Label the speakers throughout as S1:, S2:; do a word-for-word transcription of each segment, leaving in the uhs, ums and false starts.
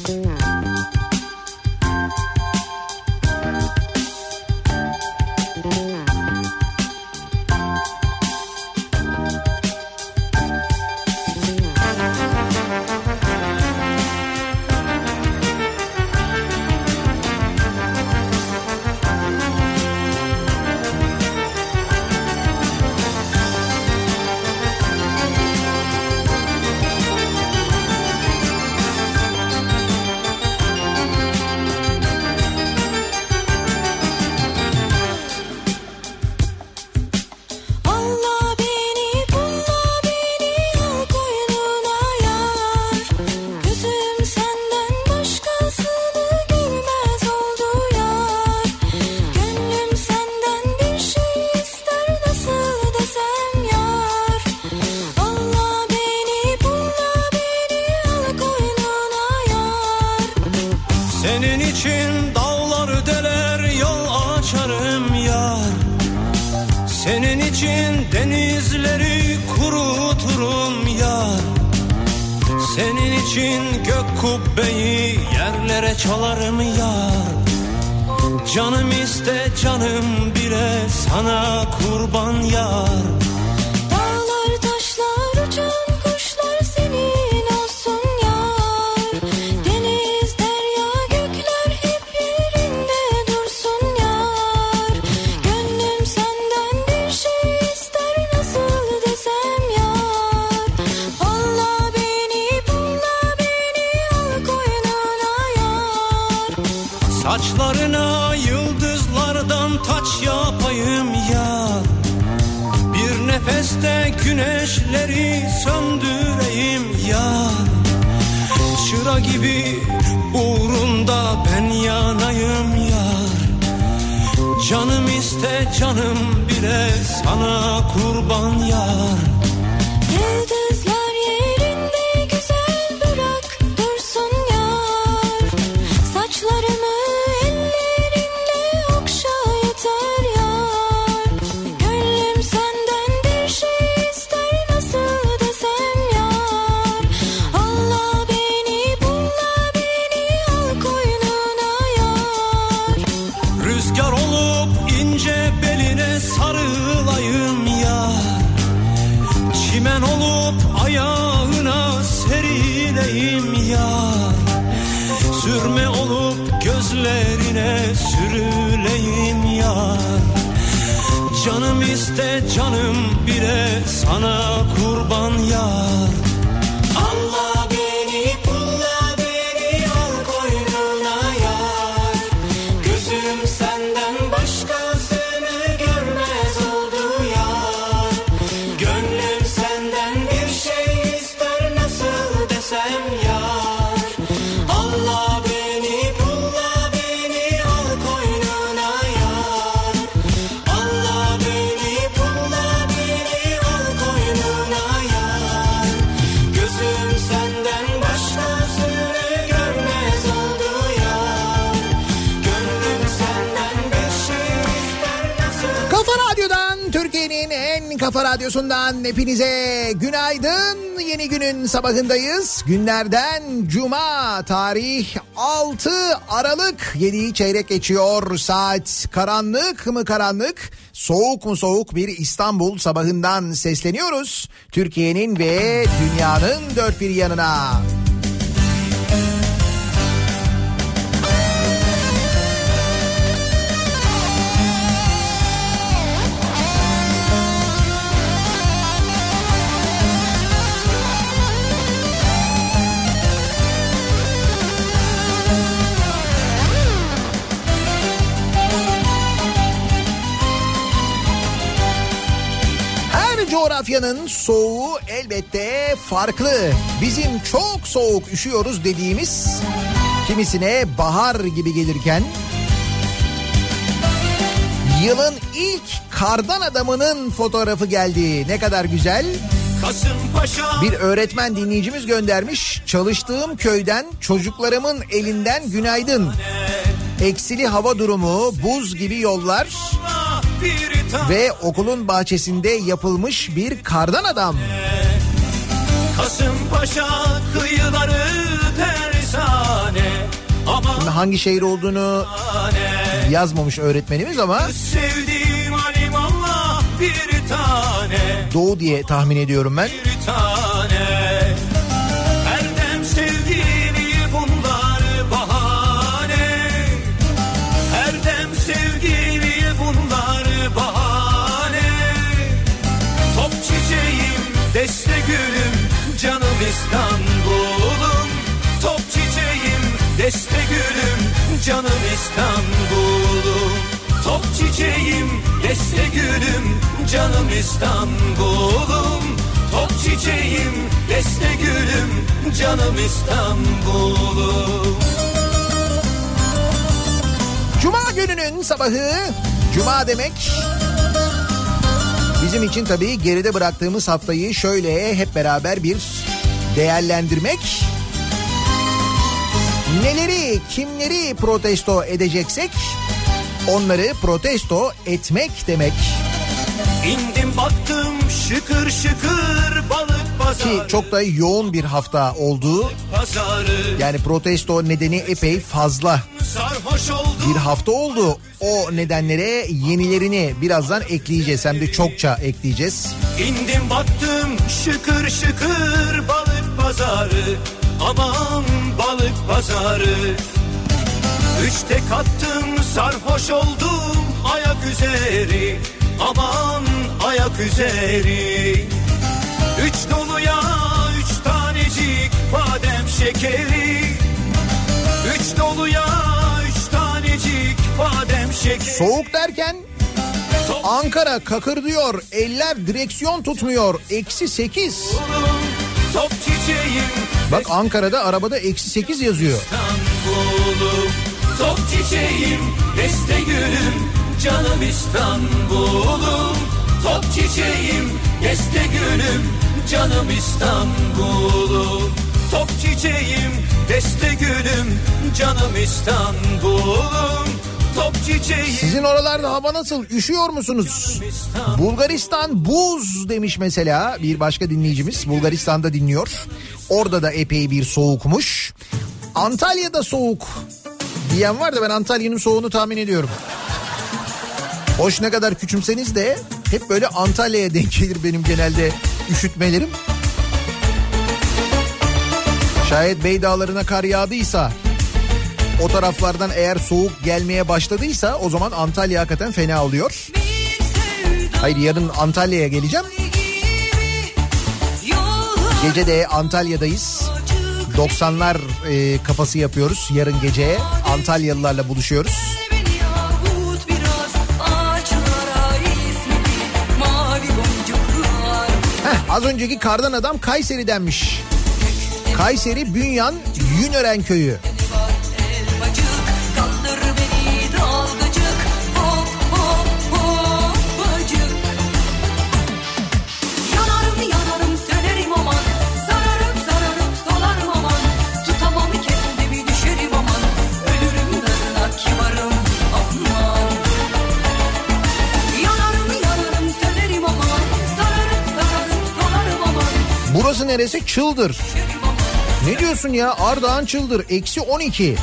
S1: Saçlarına yıldızlardan taç yapayım yar. Bir nefeste güneşleri söndüreyim yar. Çıra gibi uğrunda ben yanayım yar. Canım iste canım bile sana kurban yar.
S2: Yıldızlar yerinde güzel bırak dursun yar. Saçlarımı ellerinle okşa yeter yar. Gönlüm senden bir şey ister nasıl desem yar. Allah beni bulla beni al koynuna yar.
S1: Rüzgar olup ince beline sarılayım yar. Çimen olup ayağına serileyim yar. Sürme olup gözlerine sürüleyim yar. Canım iste canım bile sana kurban yar. Allah beni bulla beni al koynuna yar. Gözüm senden başkasını görmez oldu yar. Gönlüm senden bir şey ister nasıl desem yar. Allah beni bulla beni al koynuna yar. Allah beni bulla beni al koynuna yar. Gözüm senden başkasını görmez oldu yar. Gönlüm senden bir şey ister nasıl.
S3: Kafa Radyo'dan, Türkiye'nin en kafa radyosundan hepinize günaydın. Yeni günün sabahındayız. Günlerden Cuma, tarih altı Aralık, yediyi çeyrek geçiyor saat. Karanlık mı karanlık, soğuk mu soğuk bir İstanbul sabahından sesleniyoruz. Türkiye'nin ve dünyanın dört bir yanına. Coğrafyanın soğuğu elbette farklı. Bizim çok soğuk üşüyoruz dediğimiz kimisine bahar gibi gelirken, yılın ilk kardan adamının fotoğrafı geldi. Ne kadar güzel. Bir öğretmen dinleyicimiz göndermiş. Çalıştığım köyden çocuklarımın elinden günaydın. Eksili hava durumu, buz gibi yollar ve okulun bahçesinde yapılmış bir kardan adam.
S1: Kasımpaşa kıyıları tersane.
S3: Şimdi hangi şehir olduğunu yazmamış öğretmenimiz ama
S1: sevdiğim alimallah bir tane.
S3: Doğu diye tahmin ediyorum ben.
S1: Bir tane. Erdem sevgili bunlar bahane. Erdem sevgili bunlar bahane. Top çiçeğim, deste gülüm, canım İstanbul'um. Top çiçeğim, deste gülüm, canım İstanbul'um. Top çiçeğim, deste gülüm, canım İstanbul'um. Top çiçeğim, deste gülüm, canım İstanbul'um.
S3: Cuma gününün sabahı, Cuma demek bizim için tabii geride bıraktığımız haftayı şöyle hep beraber bir değerlendirmek. Neleri, kimleri protesto edeceksek onları protesto etmek demek.
S1: İndim baktım şıkır şıkır balık pazarı.
S3: Ki çok da yoğun bir hafta oldu.
S1: Pazarı.
S3: Yani protesto nedeni epey fazla
S1: Sarhoş oldum.
S3: bir hafta oldu. O nedenlere yenilerini birazdan ekleyeceğiz. Hem de çokça ekleyeceğiz.
S1: İndim baktım şıkır şıkır balık pazarı. Aman balık pazarı. Üçte kattım sarhoş oldum ayak üzeri. Aman ayak üzeri. Üç doluya üç tanecik badem şekeri. Üç doluya üç tanecik badem şekeri.
S3: Soğuk derken Ankara kakırdıyor, eller direksiyon tutmuyor, eksi sekiz.
S1: Top çiçeğim.
S3: Bak Ankara'da arabada eksi sekiz yazıyor.
S1: İstanbul'um, top çiçeğim, deste gülüm, canım İstanbul'um. Top çiçeğim, deste gülüm, canım İstanbul'um. Top çiçeğim, deste gülüm, canım İstanbul'um. Top çiçeğim.
S3: Sizin oralarda hava nasıl? Üşüyor musunuz? Bulgaristan buz demiş mesela bir başka dinleyicimiz. Bulgaristan'da dinliyor. Orada da epey bir soğukmuş. Antalya'da soğuk diyen var da ben Antalya'nın soğuğunu tahmin ediyorum. Hoş ne kadar küçümseniz de hep böyle Antalya'ya denk gelir benim genelde üşütmelerim. Şayet Bey Dağları'na kar yağdıysa, o taraflardan eğer soğuk gelmeye başladıysa o zaman Antalya hakikaten fena oluyor. Hayır, yarın Antalya'ya geleceğim. Gece de Antalya'dayız. doksanlar e, kafası yapıyoruz yarın geceye. Antalyalılarla buluşuyoruz. Heh, az önceki kardan adam Kayseri'denmiş. Kayseri Bünyan Yünören köyü. Burası neresi? Çıldır. Ne diyorsun ya? Ardahan Çıldır. Eksi on iki.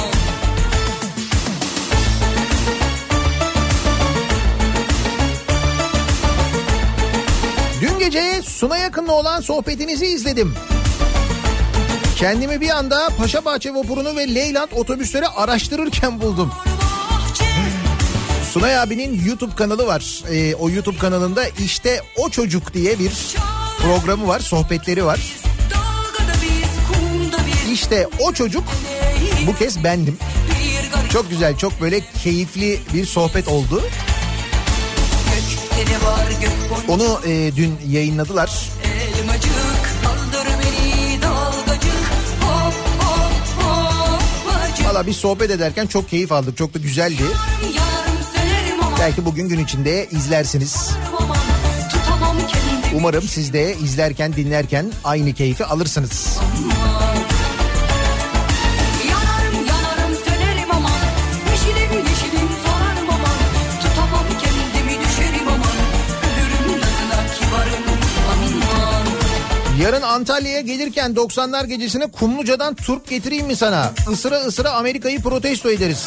S3: Dün gece Suna Yakın'la olan sohbetinizi izledim. Kendimi bir anda Paşabahçe vapurunu ve Leyland otobüsleri araştırırken buldum. Sunay abinin YouTube kanalı var. Ee, o YouTube kanalında işte O Çocuk diye bir programı var, sohbetleri var. İşte O Çocuk bu kez bendim. Çok güzel, çok böyle keyifli bir sohbet oldu. Onu e, dün yayınladılar. Valla bir sohbet ederken çok keyif aldık, çok da güzeldi. Belki bugün gün içinde izlersiniz. Umarım siz de izlerken, dinlerken aynı keyfi alırsınız. Yarın Antalya'ya gelirken doksanlar gecesine Kumluca'dan turp getireyim mi sana? Isıra ısıra Amerika'yı protesto ederiz.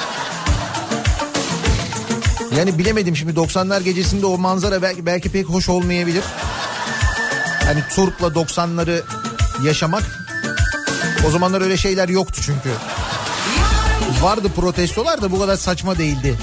S3: Yani bilemedim şimdi doksanlar gecesinde o manzara belki, belki pek hoş olmayabilir. Hani turpla doksanları yaşamak. O zamanlar öyle şeyler yoktu çünkü. Vardı protestolar da bu kadar saçma değildi.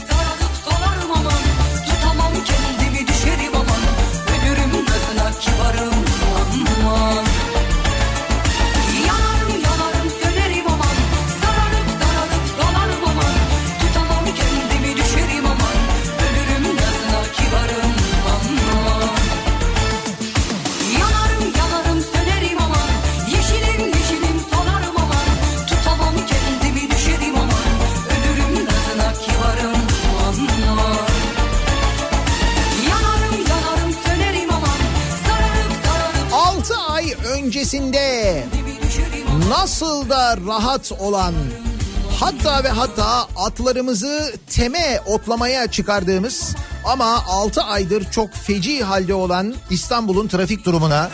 S3: Öncesinde nasıl da rahat olan, hatta ve hatta atlarımızı teme otlamaya çıkardığımız ama altı aydır çok feci halde olan İstanbul'un trafik durumuna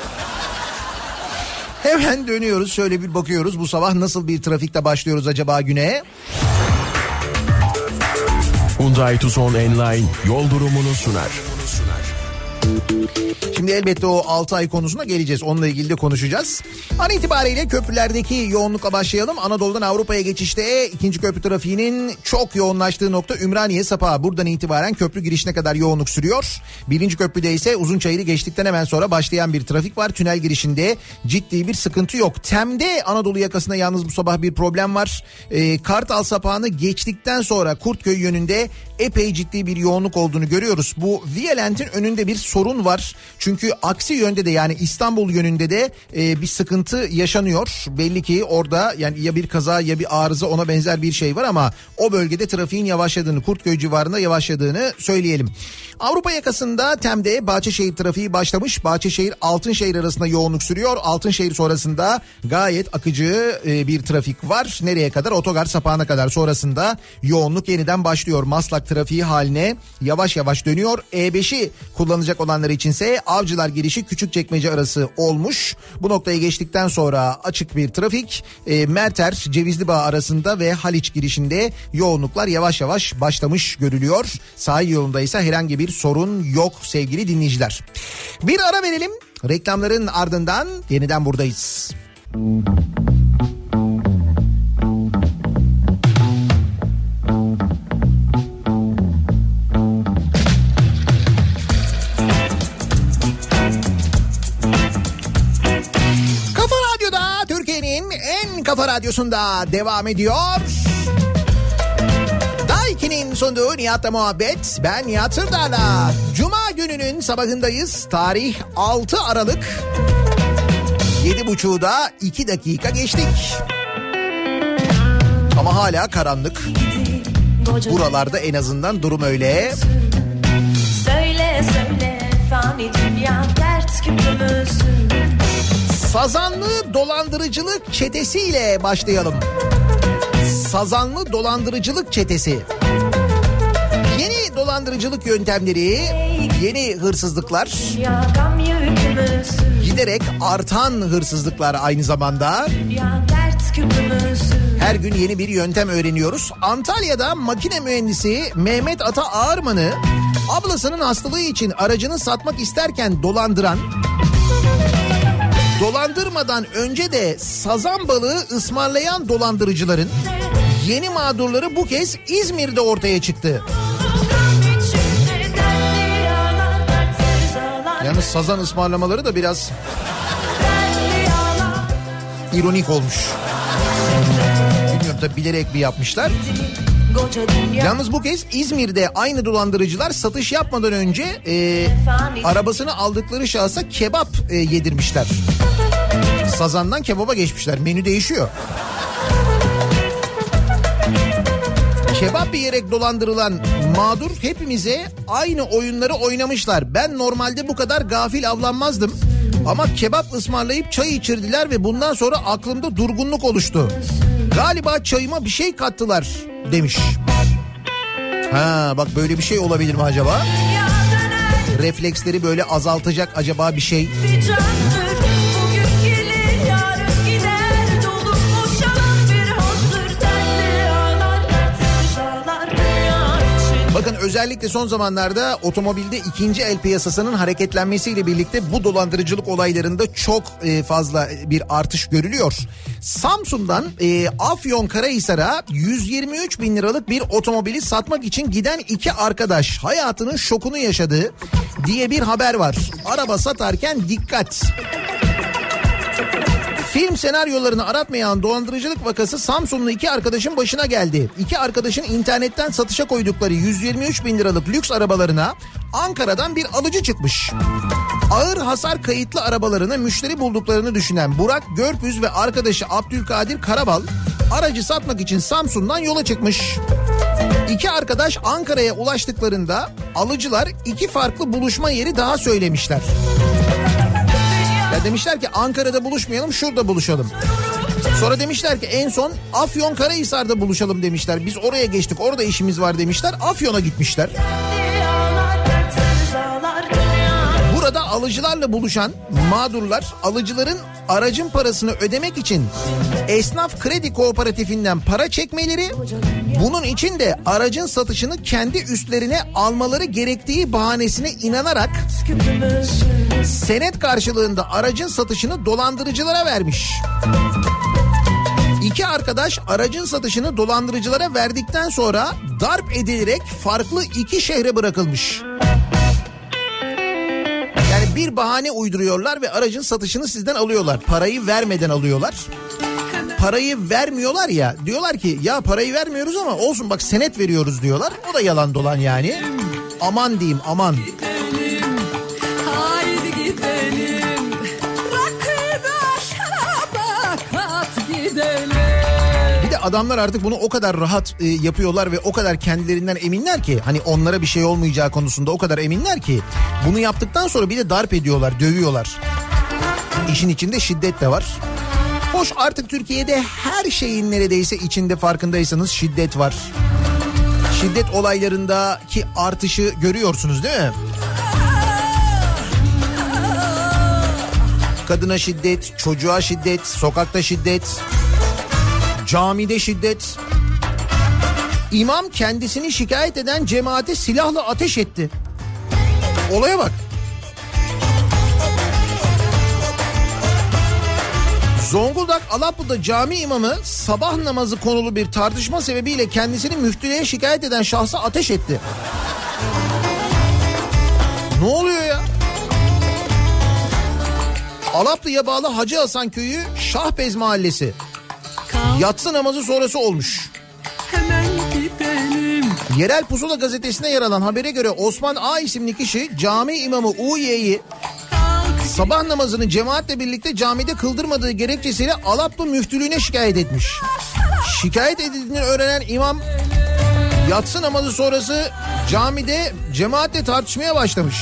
S3: hemen dönüyoruz. Şöyle bir bakıyoruz, bu sabah nasıl bir trafikte başlıyoruz acaba güne?
S4: Hyundai Tucson Enline yol durumunu sunar.
S3: Şimdi elbette o altı ay konusuna geleceğiz. Onunla ilgili de konuşacağız. An itibariyle köprülerdeki yoğunlukla başlayalım. Anadolu'dan Avrupa'ya geçişte ikinci köprü trafiğinin çok yoğunlaştığı nokta Ümraniye Sapağı. Buradan itibaren köprü girişine kadar yoğunluk sürüyor. Birinci köprüde ise Uzunçayır'ı geçtikten hemen sonra başlayan bir trafik var. Tünel girişinde ciddi bir sıkıntı yok. Tem'de Anadolu yakasında yalnız bu sabah bir problem var. Ee, Kartal Sapağı'nı geçtikten sonra Kurtköy yönünde epey ciddi bir yoğunluk olduğunu görüyoruz. Bu Violent'in önünde bir sorun var. Çünkü aksi yönde de, yani İstanbul yönünde de e, bir sıkıntı yaşanıyor. Belli ki orada yani ya bir kaza ya bir arıza, ona benzer bir şey var ama o bölgede trafiğin yavaşladığını, Kurtköy civarında yavaşladığını söyleyelim. Avrupa yakasında Tem'de Bahçeşehir trafiği başlamış. Bahçeşehir Altınşehir arasında yoğunluk sürüyor. Altınşehir sonrasında gayet akıcı e, bir trafik var. Nereye kadar? Otogar Sapağı'na kadar. Sonrasında yoğunluk yeniden başlıyor. Maslak trafiği haline yavaş yavaş dönüyor. E beşi kullanacak olanlar içinse Avcılar girişi Küçükçekmece arası olmuş. Bu noktayı geçtikten sonra açık bir trafik. E, Merter Cevizlibağ arasında ve Haliç girişinde yoğunluklar yavaş yavaş başlamış görülüyor. Sahil yolunda ise herhangi bir sorun yok sevgili dinleyiciler. Bir ara verelim. Reklamların ardından yeniden buradayız. Kafa Radyo'da, Türkiye'nin en kafa radyosunda devam ediyor. Daiki'nin sunduğu Nihat'la muhabbet. Ben Nihat Sırdar'la. Cuma gününün sabahındayız. Tarih altı Aralık. Yedi buçuğda iki dakika geçtik. Ama hala karanlık. Buralarda en azından durum öyle.
S5: Söyle söyle fani dünya dert küpümüzün.
S3: Sazanlı dolandırıcılık çetesiyle başlayalım. Sazanlı dolandırıcılık çetesi. Yeni dolandırıcılık yöntemleri, yeni hırsızlıklar, giderek artan hırsızlıklar aynı zamanda. Her gün yeni bir yöntem öğreniyoruz. Antalya'da makine mühendisi Mehmet Ata Ağırman'ı ablasının hastalığı için aracını satmak isterken dolandıran, dolandırmadan önce de sazan balığı ısmarlayan dolandırıcıların yeni mağdurları bu kez İzmir'de ortaya çıktı. Yalnız sazan ısmarlamaları da biraz ironik olmuş. Bilmiyorum tabii, bilerek mi yapmışlar. Yalnız bu kez İzmir'de aynı dolandırıcılar satış yapmadan önce e, arabasını aldıkları şahsa kebap e, yedirmişler. Sazandan kebaba geçmişler. Menü değişiyor. Kebap yiyerek dolandırılan mağdur hepimize aynı oyunları oynamışlar. Ben normalde bu kadar gafil avlanmazdım. Ama kebap ısmarlayıp çay içirdiler ve bundan sonra aklımda durgunluk oluştu. Galiba çayıma bir şey kattılar demiş. Ha bak, böyle bir şey olabilir mi acaba? Refleksleri böyle azaltacak acaba bir şey. özellikle son zamanlarda otomobilde ikinci el piyasasının hareketlenmesiyle birlikte bu dolandırıcılık olaylarında çok e, fazla bir artış görülüyor. Samsun'dan e, Afyonkarahisar'a yüz yirmi üç bin liralık bir otomobili satmak için giden iki arkadaş hayatının şokunu yaşadı diye bir haber var. Araba satarken dikkat. Film senaryolarını aratmayan dolandırıcılık vakası Samsunlu iki arkadaşın başına geldi. İki arkadaşın internetten satışa koydukları yüz yirmi üç bin liralık lüks arabalarına Ankara'dan bir alıcı çıkmış. Ağır hasar kayıtlı arabalarına müşteri bulduklarını düşünen Burak Görpüz ve arkadaşı Abdülkadir Karabal aracı satmak için Samsun'dan yola çıkmış. İki arkadaş Ankara'ya ulaştıklarında alıcılar iki farklı buluşma yeri daha söylemişler. Ya demişler ki Ankara'da buluşmayalım, şurada buluşalım. Sonra demişler ki en son Afyonkarahisar'da buluşalım demişler. Biz oraya geçtik, orada işimiz var demişler. Afyon'a gitmişler. Burada alıcılarla buluşan mağdurlar alıcıların aracın parasını ödemek için Esnaf Kredi Kooperatifinden para çekmeleri, bunun için de aracın satışını kendi üstlerine almaları gerektiği bahanesine inanarak senet karşılığında aracın satışını dolandırıcılara vermiş. İki arkadaş aracın satışını dolandırıcılara verdikten sonra darp edilerek farklı iki şehre bırakılmış. Yani bir bahane uyduruyorlar ve aracın satışını sizden alıyorlar. Parayı vermeden alıyorlar. Parayı vermiyorlar ya, diyorlar ki ya parayı vermiyoruz ama olsun bak senet veriyoruz diyorlar. O da yalan dolan yani. Aman diyeyim aman.
S6: Gidelim, haydi gidelim, rakıda şaraba kat gidelim.
S3: Bir de adamlar artık bunu o kadar rahat e, yapıyorlar ve o kadar kendilerinden eminler ki, hani onlara bir şey olmayacağı konusunda o kadar eminler ki bunu yaptıktan sonra bir de darp ediyorlar, dövüyorlar. İşin içinde şiddet de var. Hoş artık Türkiye'de her şeyin neredeyse içinde farkındaysanız şiddet var. Şiddet olaylarındaki artışı görüyorsunuz değil mi? Kadına şiddet, çocuğa şiddet, sokakta şiddet, camide şiddet. İmam kendisini şikayet eden cemaate silahla ateş etti. Olaya bak. Zonguldak Alaplı'da cami imamı sabah namazı konulu bir tartışma sebebiyle kendisini müftülüğe şikayet eden şahsa ateş etti. Ne oluyor ya? Alaplı'ya bağlı Hacı Hasan Köyü Şahbez Mahallesi. Yatsı namazı sonrası olmuş.
S6: Hemen gidelim.
S3: Yerel Pusula gazetesine yer alan habere göre Osman A isimli kişi cami imamı U Y'yi sabah namazını cemaatle birlikte camide kıldırmadığı gerekçesiyle Alaplı müftülüğüne şikayet etmiş. Şikayet edildiğini öğrenen imam yatsı namazı sonrası camide cemaatle tartışmaya başlamış.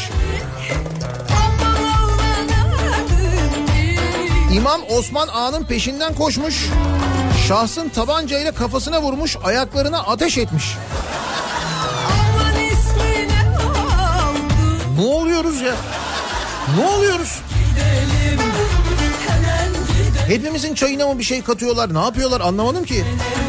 S3: İmam Osman A'nın peşinden koşmuş, şahsın tabancayla kafasına vurmuş, ayaklarına ateş etmiş. Ne oluyoruz ya? Ne oluyoruz? Hepimizin çayına mı bir şey katıyorlar? Ne yapıyorlar? Anlamadım ki.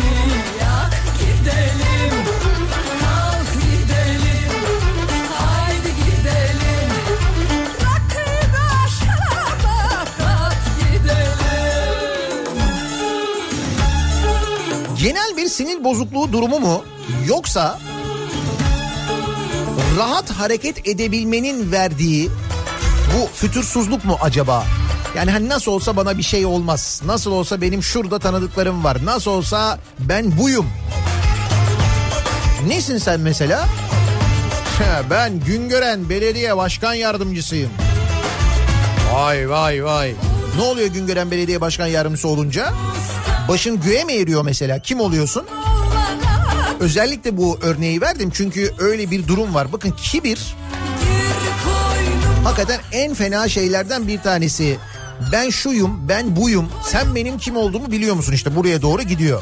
S3: Genel bir sinir bozukluğu durumu mu? Yoksa rahat hareket edebilmenin verdiği bu fütursuzluk mu acaba? Yani hani nasıl olsa bana bir şey olmaz. Nasıl olsa benim şurada tanıdıklarım var. Nasıl olsa ben buyum. Nesin sen mesela? Ben Güngören Belediye Başkan Yardımcısıyım. Vay vay vay. Ne oluyor Güngören Belediye Başkan Yardımcısı olunca? Başın göğe mi eriyor mesela? Kim oluyorsun? Özellikle bu örneği verdim çünkü öyle bir durum var. Bakın kibir hakikaten en fena şeylerden bir tanesi. Ben şuyum, ben buyum. Sen benim kim olduğumu biliyor musun? İşte buraya doğru gidiyor.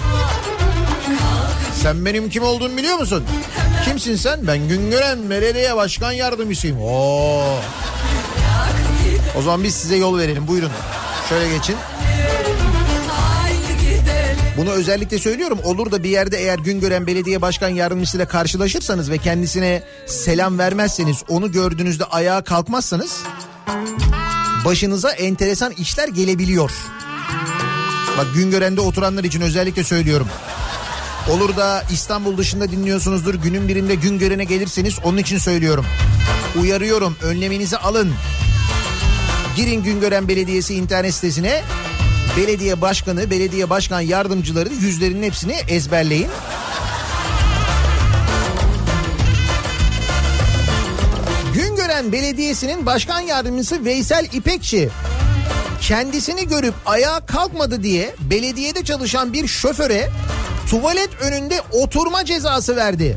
S3: Sen benim kim olduğumu biliyor musun? Kimsin sen? Ben Güngören Belediye Başkan Yardımcısıyım. Oo. O zaman biz size yol verelim. Buyurun. Şöyle geçin.
S6: Haydi gidelim.
S3: Bunu özellikle söylüyorum. Olur da bir yerde eğer Güngören Belediye Başkan Yardımcısıyla karşılaşırsanız ve kendisine selam vermezseniz, onu gördüğünüzde ayağa kalkmazsanız başınıza enteresan işler gelebiliyor. Bak, Güngören'de oturanlar için özellikle söylüyorum. Olur da İstanbul dışında dinliyorsunuzdur, günün birinde Güngören'e gelirseniz onun için söylüyorum. Uyarıyorum, önleminizi alın. Girin Güngören Belediyesi internet sitesine, belediye başkanı, belediye başkan yardımcıları yüzlerinin hepsini ezberleyin. Güngören Belediyesi'nin başkan yardımcısı Veysel İpekçi kendisini görüp ayağa kalkmadı diye belediyede çalışan bir şoföre tuvalet önünde oturma cezası verdi.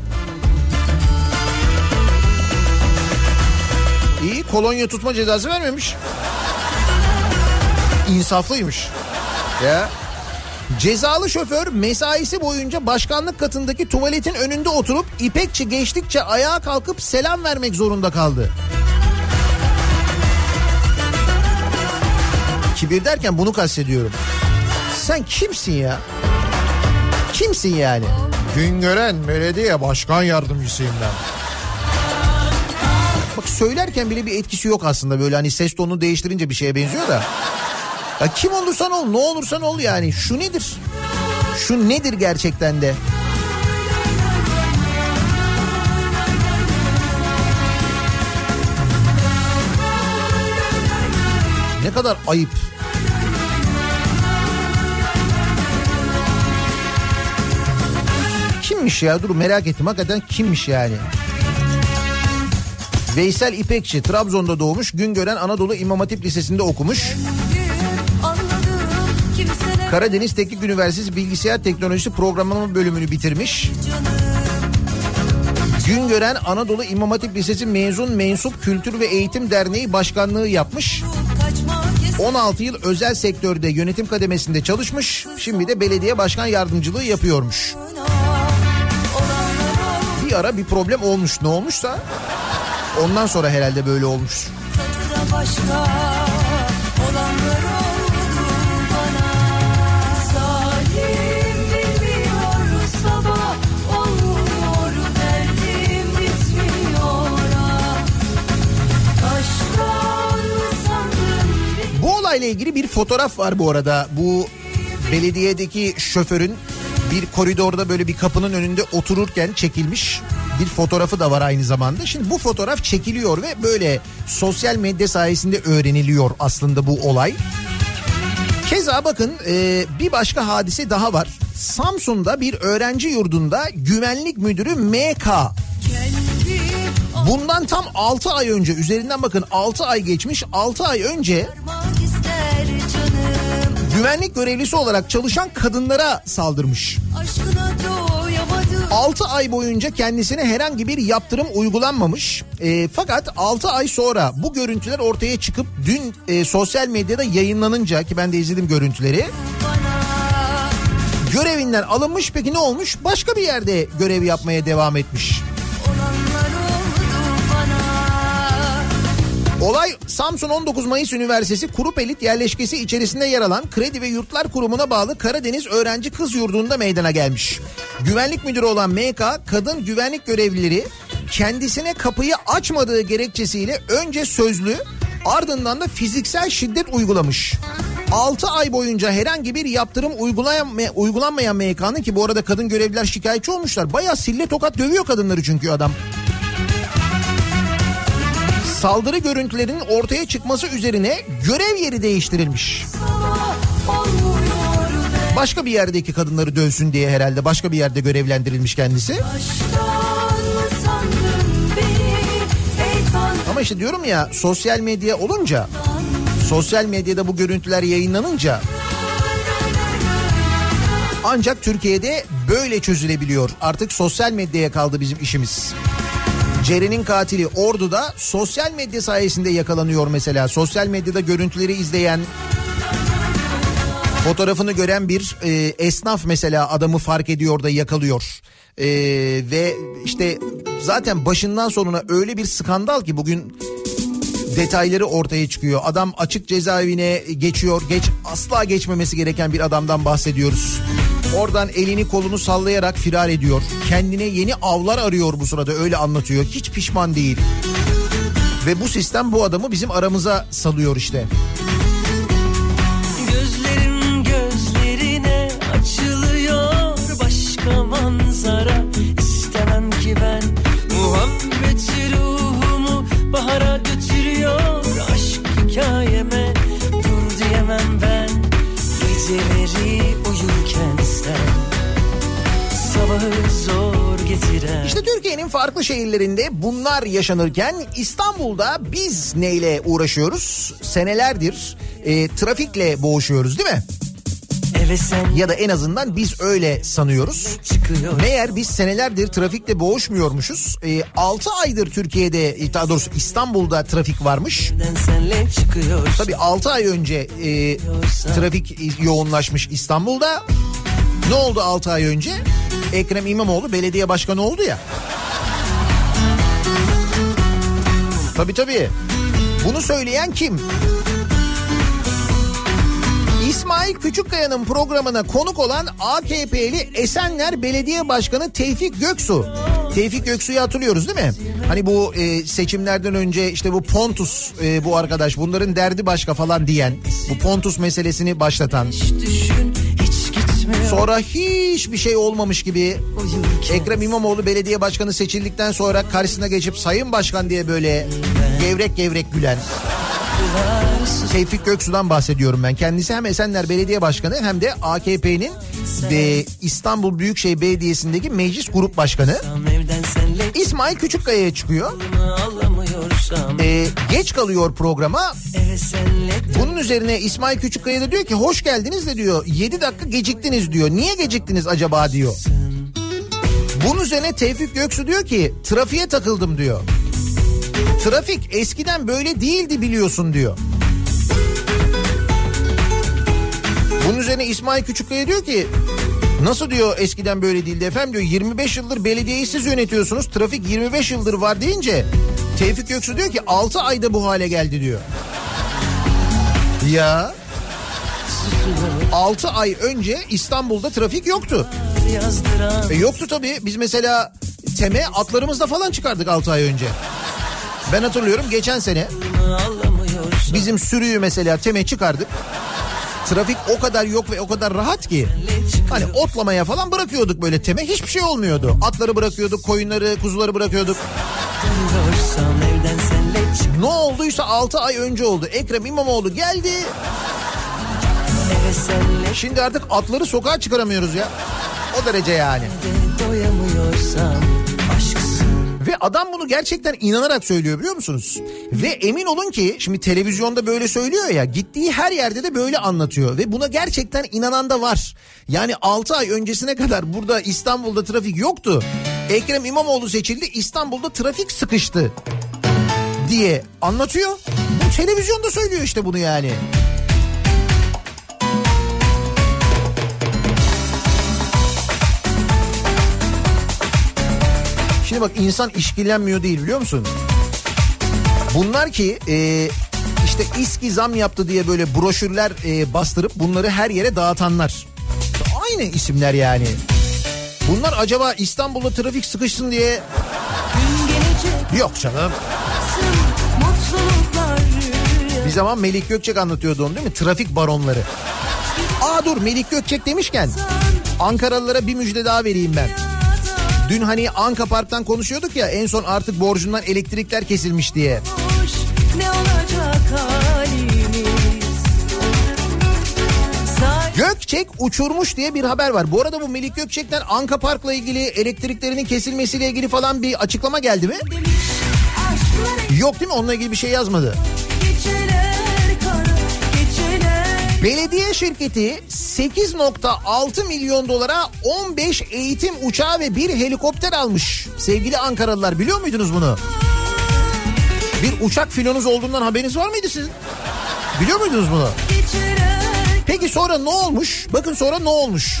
S3: İyi, kolonya tutma cezası vermemiş. İnsaflıymış. Ya. Cezalı şoför mesaisi boyunca başkanlık katındaki tuvaletin önünde oturup İpekçi geçtikçe ayağa kalkıp selam vermek zorunda kaldı. Kibir derken bunu kastediyorum. Sen kimsin ya? Kimsin yani? Güngören Belediye Başkan Yardımcısıyım ben. Bak, söylerken bile bir etkisi yok aslında, böyle hani ses tonunu değiştirince bir şeye benziyor da. Ya kim olursan ol, ne olursan ol yani. Şu nedir? Şu nedir gerçekten de? Ne kadar ayıp. Kimmiş ya? Dur, merak ettim hakikaten, kimmiş yani? Veysel İpekçi Trabzon'da doğmuş, Güngören Anadolu İmam Hatip Lisesi'nde okumuş. Karadeniz Teknik Üniversitesi Bilgisayar Teknolojisi Programlama bölümünü bitirmiş. Güngören Anadolu İmam Hatip Lisesi mezun mensup Kültür ve Eğitim Derneği Başkanlığı yapmış. on altı yıl özel sektörde yönetim kademesinde çalışmış. Şimdi de belediye başkan yardımcılığı yapıyormuş. Bir ara bir problem olmuş, ne olmuşsa ondan sonra herhalde böyle olmuş. Bu olayla ilgili bir fotoğraf var bu arada. Bu belediyedeki şoförün bir koridorda böyle bir kapının önünde otururken çekilmiş bir fotoğrafı da var aynı zamanda. Şimdi bu fotoğraf çekiliyor ve böyle sosyal medya sayesinde öğreniliyor aslında bu olay. Keza bakın, e, bir başka hadise daha var. Samsun'da bir öğrenci yurdunda güvenlik müdürü M K bundan tam altı ay önce, üzerinden bakın altı ay geçmiş, altı ay önce güvenlik görevlisi olarak çalışan kadınlara saldırmış. altı ay boyunca kendisine herhangi bir yaptırım uygulanmamış. E, fakat altı ay sonra bu görüntüler ortaya çıkıp dün e, sosyal medyada yayınlanınca, ki ben de izledim görüntüleri, görevinden alınmış. Peki ne olmuş? Başka bir yerde görev yapmaya devam etmiş. Olay Samsun on dokuz Mayıs Üniversitesi Kurupelit yerleşkesi içerisinde yer alan Kredi ve Yurtlar Kurumu'na bağlı Karadeniz Öğrenci Kız Yurdu'nda meydana gelmiş. Güvenlik müdürü olan M K, kadın güvenlik görevlileri kendisine kapıyı açmadığı gerekçesiyle önce sözlü, ardından da fiziksel şiddet uygulamış. altı ay boyunca herhangi bir yaptırım uygulanmayan M K'nın, ki bu arada kadın görevliler şikayetçi olmuşlar. Bayağı sille tokat dövüyor kadınları çünkü adam. Saldırı görüntülerinin ortaya çıkması üzerine görev yeri değiştirilmiş. Başka bir yerdeki kadınları dövsün diye herhalde başka bir yerde görevlendirilmiş kendisi. Ama işte diyorum ya, sosyal medya olunca, sosyal medyada bu görüntüler yayınlanınca ancak Türkiye'de böyle çözülebiliyor. Artık sosyal medyaya kaldı bizim işimiz. Ceren'in katili Ordu'da sosyal medya sayesinde yakalanıyor mesela. Sosyal medyada görüntüleri izleyen, fotoğrafını gören bir e, esnaf mesela adamı fark ediyor da yakalıyor. E, ve işte zaten başından sonuna öyle bir skandal ki bugün detayları ortaya çıkıyor. Adam açık cezaevine geçiyor. Geç asla geçmemesi gereken bir adamdan bahsediyoruz. Oradan elini kolunu sallayarak firar ediyor. Kendine yeni avlar arıyor bu sırada, öyle anlatıyor. Hiç pişman değil. Ve bu sistem bu adamı bizim aramıza salıyor işte.
S7: Gözlerim gözlerine açılıyor, başka manzara istemem ki ben. Muhabbeti ruhumu bahara götürüyor, aşk hikayeme dur diyemem ben. Geceleri uyurken sen, sabahı zor getiren.
S3: İşte Türkiye'nin farklı şehirlerinde bunlar yaşanırken İstanbul'da biz neyle uğraşıyoruz? Senelerdir e, trafikle boğuşuyoruz değil mi? Ya da en azından biz öyle sanıyoruz. Meğer biz senelerdir trafikle boğuşmuyormuşuz. E, altı aydır Türkiye'de, daha doğrusu İstanbul'da trafik varmış. Tabii altı ay önce e, trafik yoğunlaşmış İstanbul'da. Ne oldu altı ay önce? Ekrem İmamoğlu belediye başkanı oldu ya. Tabii tabii. Bunu söyleyen kim? İsmail Küçükkaya'nın programına konuk olan A K P'li Esenler Belediye Başkanı Tevfik Göksu. Tevfik Göksu'yu hatırlıyoruz değil mi? Hani bu e, seçimlerden önce işte bu Pontus e, bu arkadaş, bunların derdi başka falan diyen, bu Pontus meselesini başlatan. Sonra hiçbir şey olmamış gibi Ekrem İmamoğlu belediye başkanı seçildikten sonra karşısına geçip Sayın Başkan diye böyle gevrek gevrek gülen Tevfik Göksu'dan bahsediyorum ben. Kendisi hem Esenler Belediye Başkanı hem de A K P'nin de İstanbul Büyükşehir Belediyesi'ndeki Meclis Grup Başkanı. İsmail Küçükkaya'ya çıkıyor. Ee, geç kalıyor programa. Bunun üzerine İsmail Küçükkaya da diyor ki hoş geldiniz de diyor, yedi dakika geciktiniz diyor. Niye geciktiniz acaba diyor. Bunun üzerine Tevfik Göksu diyor ki trafiğe takıldım diyor. Trafik eskiden böyle değildi biliyorsun diyor. Bunun üzerine İsmail Küçükkaya diyor ki nasıl diyor eskiden böyle değildi efendim diyor, yirmi beş yıldır belediyeyi siz yönetiyorsunuz, trafik yirmi beş yıldır var deyince Tevfik Göksu diyor ki altı ayda bu hale geldi diyor. Ya altı ay önce İstanbul'da trafik yoktu. E yoktu tabii, biz mesela Tem'e atlarımızla falan çıkardık altı ay önce. Ben hatırlıyorum geçen sene bizim sürüyü mesela Tem'e çıkardık. Trafik o kadar yok ve o kadar rahat ki hani otlamaya falan bırakıyorduk böyle Tem'e, hiçbir şey olmuyordu. Atları bırakıyorduk, koyunları, kuzuları bırakıyorduk. Ne olduysa altı ay önce oldu. Ekrem İmamoğlu geldi. Şimdi artık atları sokağa çıkaramıyoruz ya. O derece yani. Ve adam bunu gerçekten inanarak söylüyor biliyor musunuz? Ve emin olun ki şimdi televizyonda böyle söylüyor ya, gittiği her yerde de böyle anlatıyor. Ve buna gerçekten inanan da var. Yani altı ay öncesine kadar burada İstanbul'da trafik yoktu. Ekrem İmamoğlu seçildi, İstanbul'da trafik sıkıştı diye anlatıyor. Bu televizyonda söylüyor işte bunu yani. Şimdi bak, insan işkillenmiyor değil biliyor musun? Bunlar ki e, işte İSKİ zam yaptı diye böyle broşürler e, bastırıp bunları her yere dağıtanlar. Aynı isimler yani. Bunlar acaba İstanbul'da trafik sıkışsın diye... Yok canım. Bir zaman Melik Gökçek anlatıyordu onu değil mi? Trafik baronları. Aa dur, Melik Gökçek demişken Ankaralılara bir müjde daha vereyim ben. Dün hani Anka Park'tan konuşuyorduk ya, en son artık borcundan elektrikler kesilmiş diye. Ne olacak halimiz? Gökçek uçurmuş diye bir haber var. Bu arada bu Melik Gökçek'ten Anka Park'la ilgili elektriklerinin kesilmesiyle ilgili falan bir açıklama geldi mi? Yok değil mi? Onunla ilgili bir şey yazmadı. Belediye şirketi sekiz nokta altı milyon dolara on beş eğitim uçağı ve bir helikopter almış. Sevgili Ankaralılar, biliyor muydunuz bunu? Bir uçak filonuz olduğundan haberiniz var mıydı sizin? Biliyor muydunuz bunu? Peki sonra ne olmuş? Bakın sonra ne olmuş?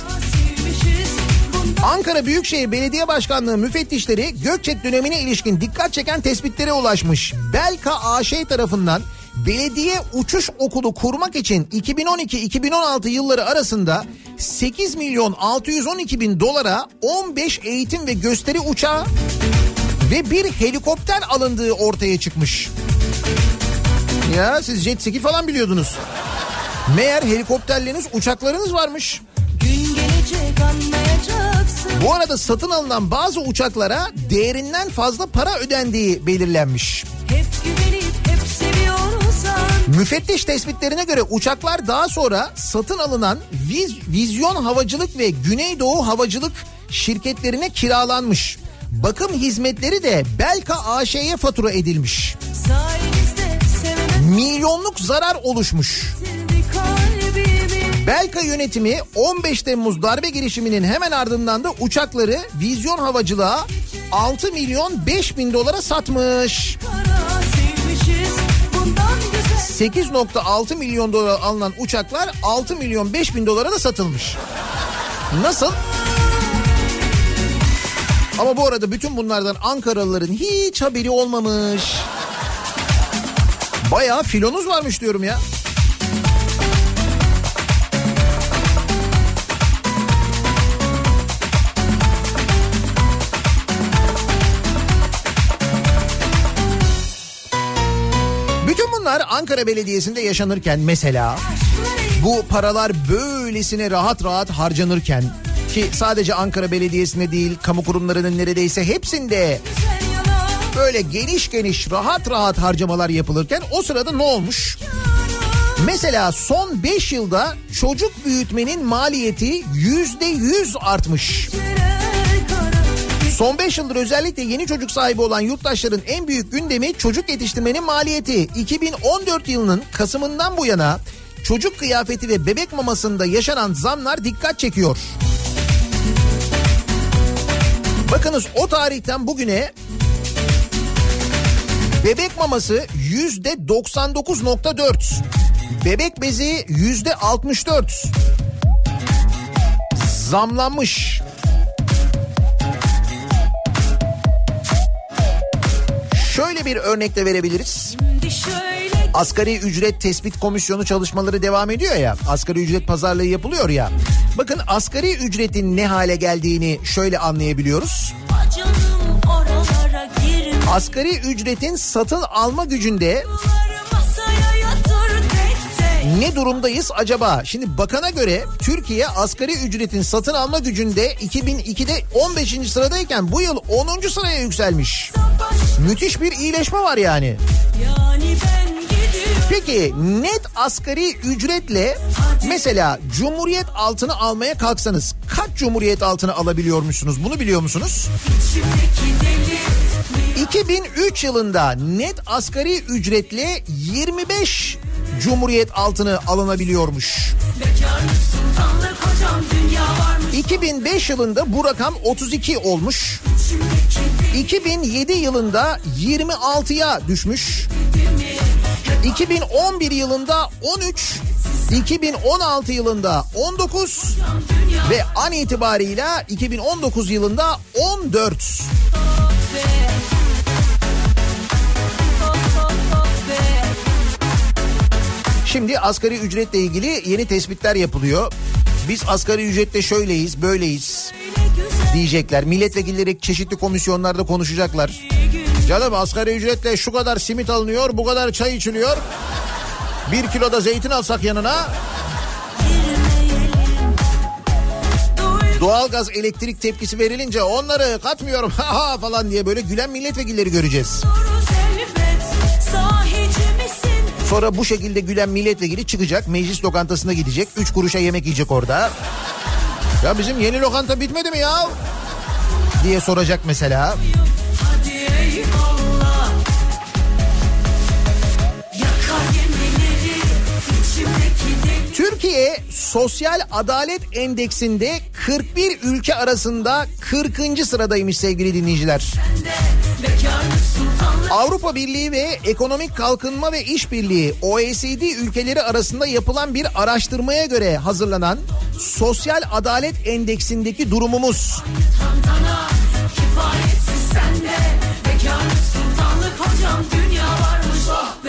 S3: Ankara Büyükşehir Belediye Başkanlığı müfettişleri Gökçek dönemine ilişkin dikkat çeken tespitlere ulaşmış. Belka A Ş tarafından belediye uçuş okulu kurmak için iki bin on iki iki bin on altı yılları arasında sekiz milyon altı yüz on iki bin dolara on beş eğitim ve gösteri uçağı ve bir helikopter alındığı ortaya çıkmış. Ya siz jet ski falan biliyordunuz. Meğer helikopterleriniz, uçaklarınız varmış.
S2: Gün gelecek anlayacaksın.
S3: Bu arada satın alınan bazı uçaklara değerinden fazla para ödendiği belirlenmiş.
S2: Hep güvenip hep seviyorsan.
S3: Müfettiş tespitlerine göre uçaklar daha sonra satın alınan Viz, Vizyon Havacılık ve Güneydoğu Havacılık şirketlerine kiralanmış. Bakım hizmetleri de Belka A Ş'ye fatura edilmiş.
S2: Sayenizde sevemez
S3: Milyonluk zarar oluşmuş.
S2: kalbimi.
S3: Belka yönetimi on beş Temmuz darbe girişiminin hemen ardından da uçakları Vizyon Havacılığa altı milyon beş bin dolara satmış.
S2: Kara sevmişiz bundan güzel.
S3: sekiz nokta altı milyon dolara alınan uçaklar altı milyon beş bin dolara da satılmış. Nasıl? Ama bu arada bütün bunlardan Ankaralıların hiç haberi olmamış. Bayağı filonuz varmış diyorum ya. Bütün bunlar Ankara Belediyesi'nde yaşanırken mesela bu paralar böylesine rahat rahat harcanırken ki sadece Ankara Belediyesi'nde değil kamu kurumlarının neredeyse hepsinde böyle geniş geniş rahat rahat harcamalar yapılırken o sırada ne olmuş? Mesela son beş yılda çocuk büyütmenin maliyeti yüzde yüz artmış. Son beş yıldır özellikle yeni çocuk sahibi olan yurttaşların en büyük gündemi çocuk yetiştirmenin maliyeti. iki bin on dört yılının Kasım'ından bu yana çocuk kıyafeti ve bebek mamasında yaşanan zamlar dikkat çekiyor. Bakınız o tarihten bugüne bebek maması yüzde doksan dokuz nokta dört, bebek bezi yüzde altmış dört zamlanmış. Şöyle bir örnek de verebiliriz. Asgari ücret tespit komisyonu çalışmaları devam ediyor ya. Asgari ücret pazarlığı yapılıyor ya. Bakın asgari ücretin ne hale geldiğini şöyle anlayabiliyoruz. Asgari ücretin satın alma gücünde ne durumdayız acaba? Şimdi bakana göre Türkiye asgari ücretin satın alma gücünde iki bin ikide on beşinci sıradayken bu yıl onuncu sıraya yükselmiş. Müthiş bir iyileşme var yani. Peki net asgari ücretle mesela Cumhuriyet altını almaya kalksanız kaç Cumhuriyet altını alabiliyormuşsunuz? Bunu biliyor musunuz? iki bin üç yılında net asgari ücretle yirmi beş Cumhuriyet altını alınabiliyormuş. iki bin beş yılında bu rakam otuz iki olmuş. iki bin yedi yılında yirmi altıya düşmüş. iki bin on bir yılında on üç, iki bin on altı yılında on dokuz ve an itibarıyla iki bin on dokuz yılında on dört. Şimdi asgari ücretle ilgili yeni tespitler yapılıyor. Biz asgari ücrette şöyleyiz, böyleyiz diyecekler. Milletvekilleri çeşitli komisyonlarda konuşacaklar. Canım asgari ücretle şu kadar simit alınıyor, bu kadar çay içiliyor. Bir kilo da zeytin alsak yanına. Doğalgaz, elektrik tepkisi verilince onları katmıyorum ha falan diye böyle gülen milletvekilleri göreceğiz. Sonra bu şekilde gülen milletvekili çıkacak, meclis lokantasına gidecek, üç kuruşa yemek yiyecek orada. Ya bizim yeni lokanta bitmedi mi ya? Diye soracak mesela. Türkiye Sosyal Adalet Endeksinde kırk bir ülke arasında kırkıncı sıradaymış sevgili dinleyiciler. Avrupa Birliği ve Ekonomik Kalkınma ve İşbirliği O E C D ülkeleri arasında yapılan bir araştırmaya göre hazırlanan Sosyal Adalet Endeksindeki durumumuz.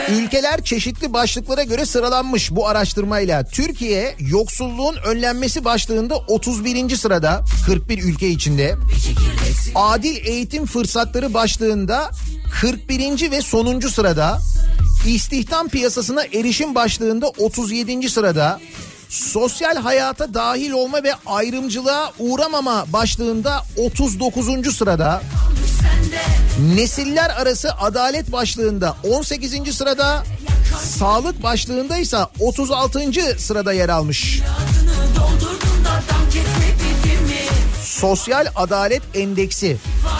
S3: Ülkeler çeşitli başlıklara göre sıralanmış bu araştırmayla. Türkiye yoksulluğun önlenmesi başlığında otuz birinci sırada kırk bir ülke içinde. Adil eğitim fırsatları başlığında kırk birinci ve sonuncu sırada. İstihdam piyasasına erişim başlığında otuz yedinci sırada. Sosyal hayata dahil olma ve ayrımcılığa uğramama başlığında otuz dokuzuncu sırada. Nesiller arası adalet başlığında on sekizinci sırada. Sağlık başlığında ise otuz altıncı sırada yer almış. Sosyal Adalet Endeksi.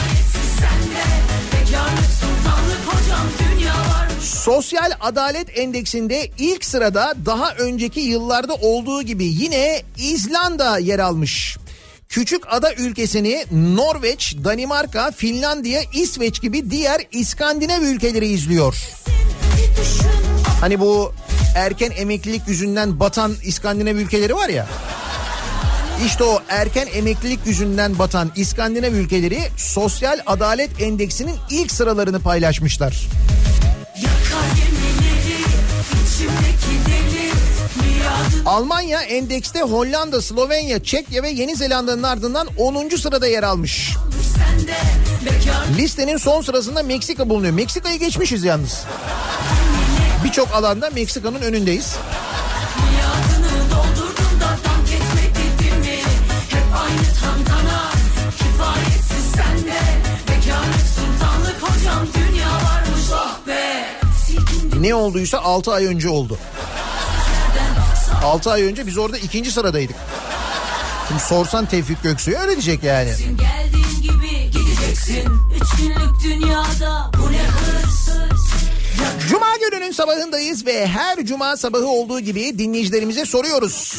S3: Sosyal Adalet Endeksinde ilk sırada daha önceki yıllarda olduğu gibi yine İzlanda yer almış. Küçük ada ülkesini Norveç, Danimarka, Finlandiya, İsveç gibi diğer İskandinav ülkeleri izliyor. Hani bu erken emeklilik yüzünden batan İskandinav ülkeleri var ya. İşte o erken emeklilik yüzünden batan İskandinav ülkeleri Sosyal Adalet Endeksinin ilk sıralarını paylaşmışlar. Almanya endekste Hollanda, Slovenya, Çekya ve Yeni Zelanda'nın ardından onuncu sırada yer almış. Listenin son sırasında Meksika bulunuyor. Meksika'yı geçmişiz yalnız. Birçok alanda Meksika'nın önündeyiz. Ne olduysa altı ay önce oldu. altı ay önce biz orada ikinci sıradaydık. Şimdi sorsan Tevfik Göksu'ya öyle diyecek yani.
S8: Geldiğin gibi gideceksin. Üç günlük dünyada bu ne hırs.
S3: Cuma gününün sabahındayız ve her cuma sabahı olduğu gibi dinleyicilerimize soruyoruz.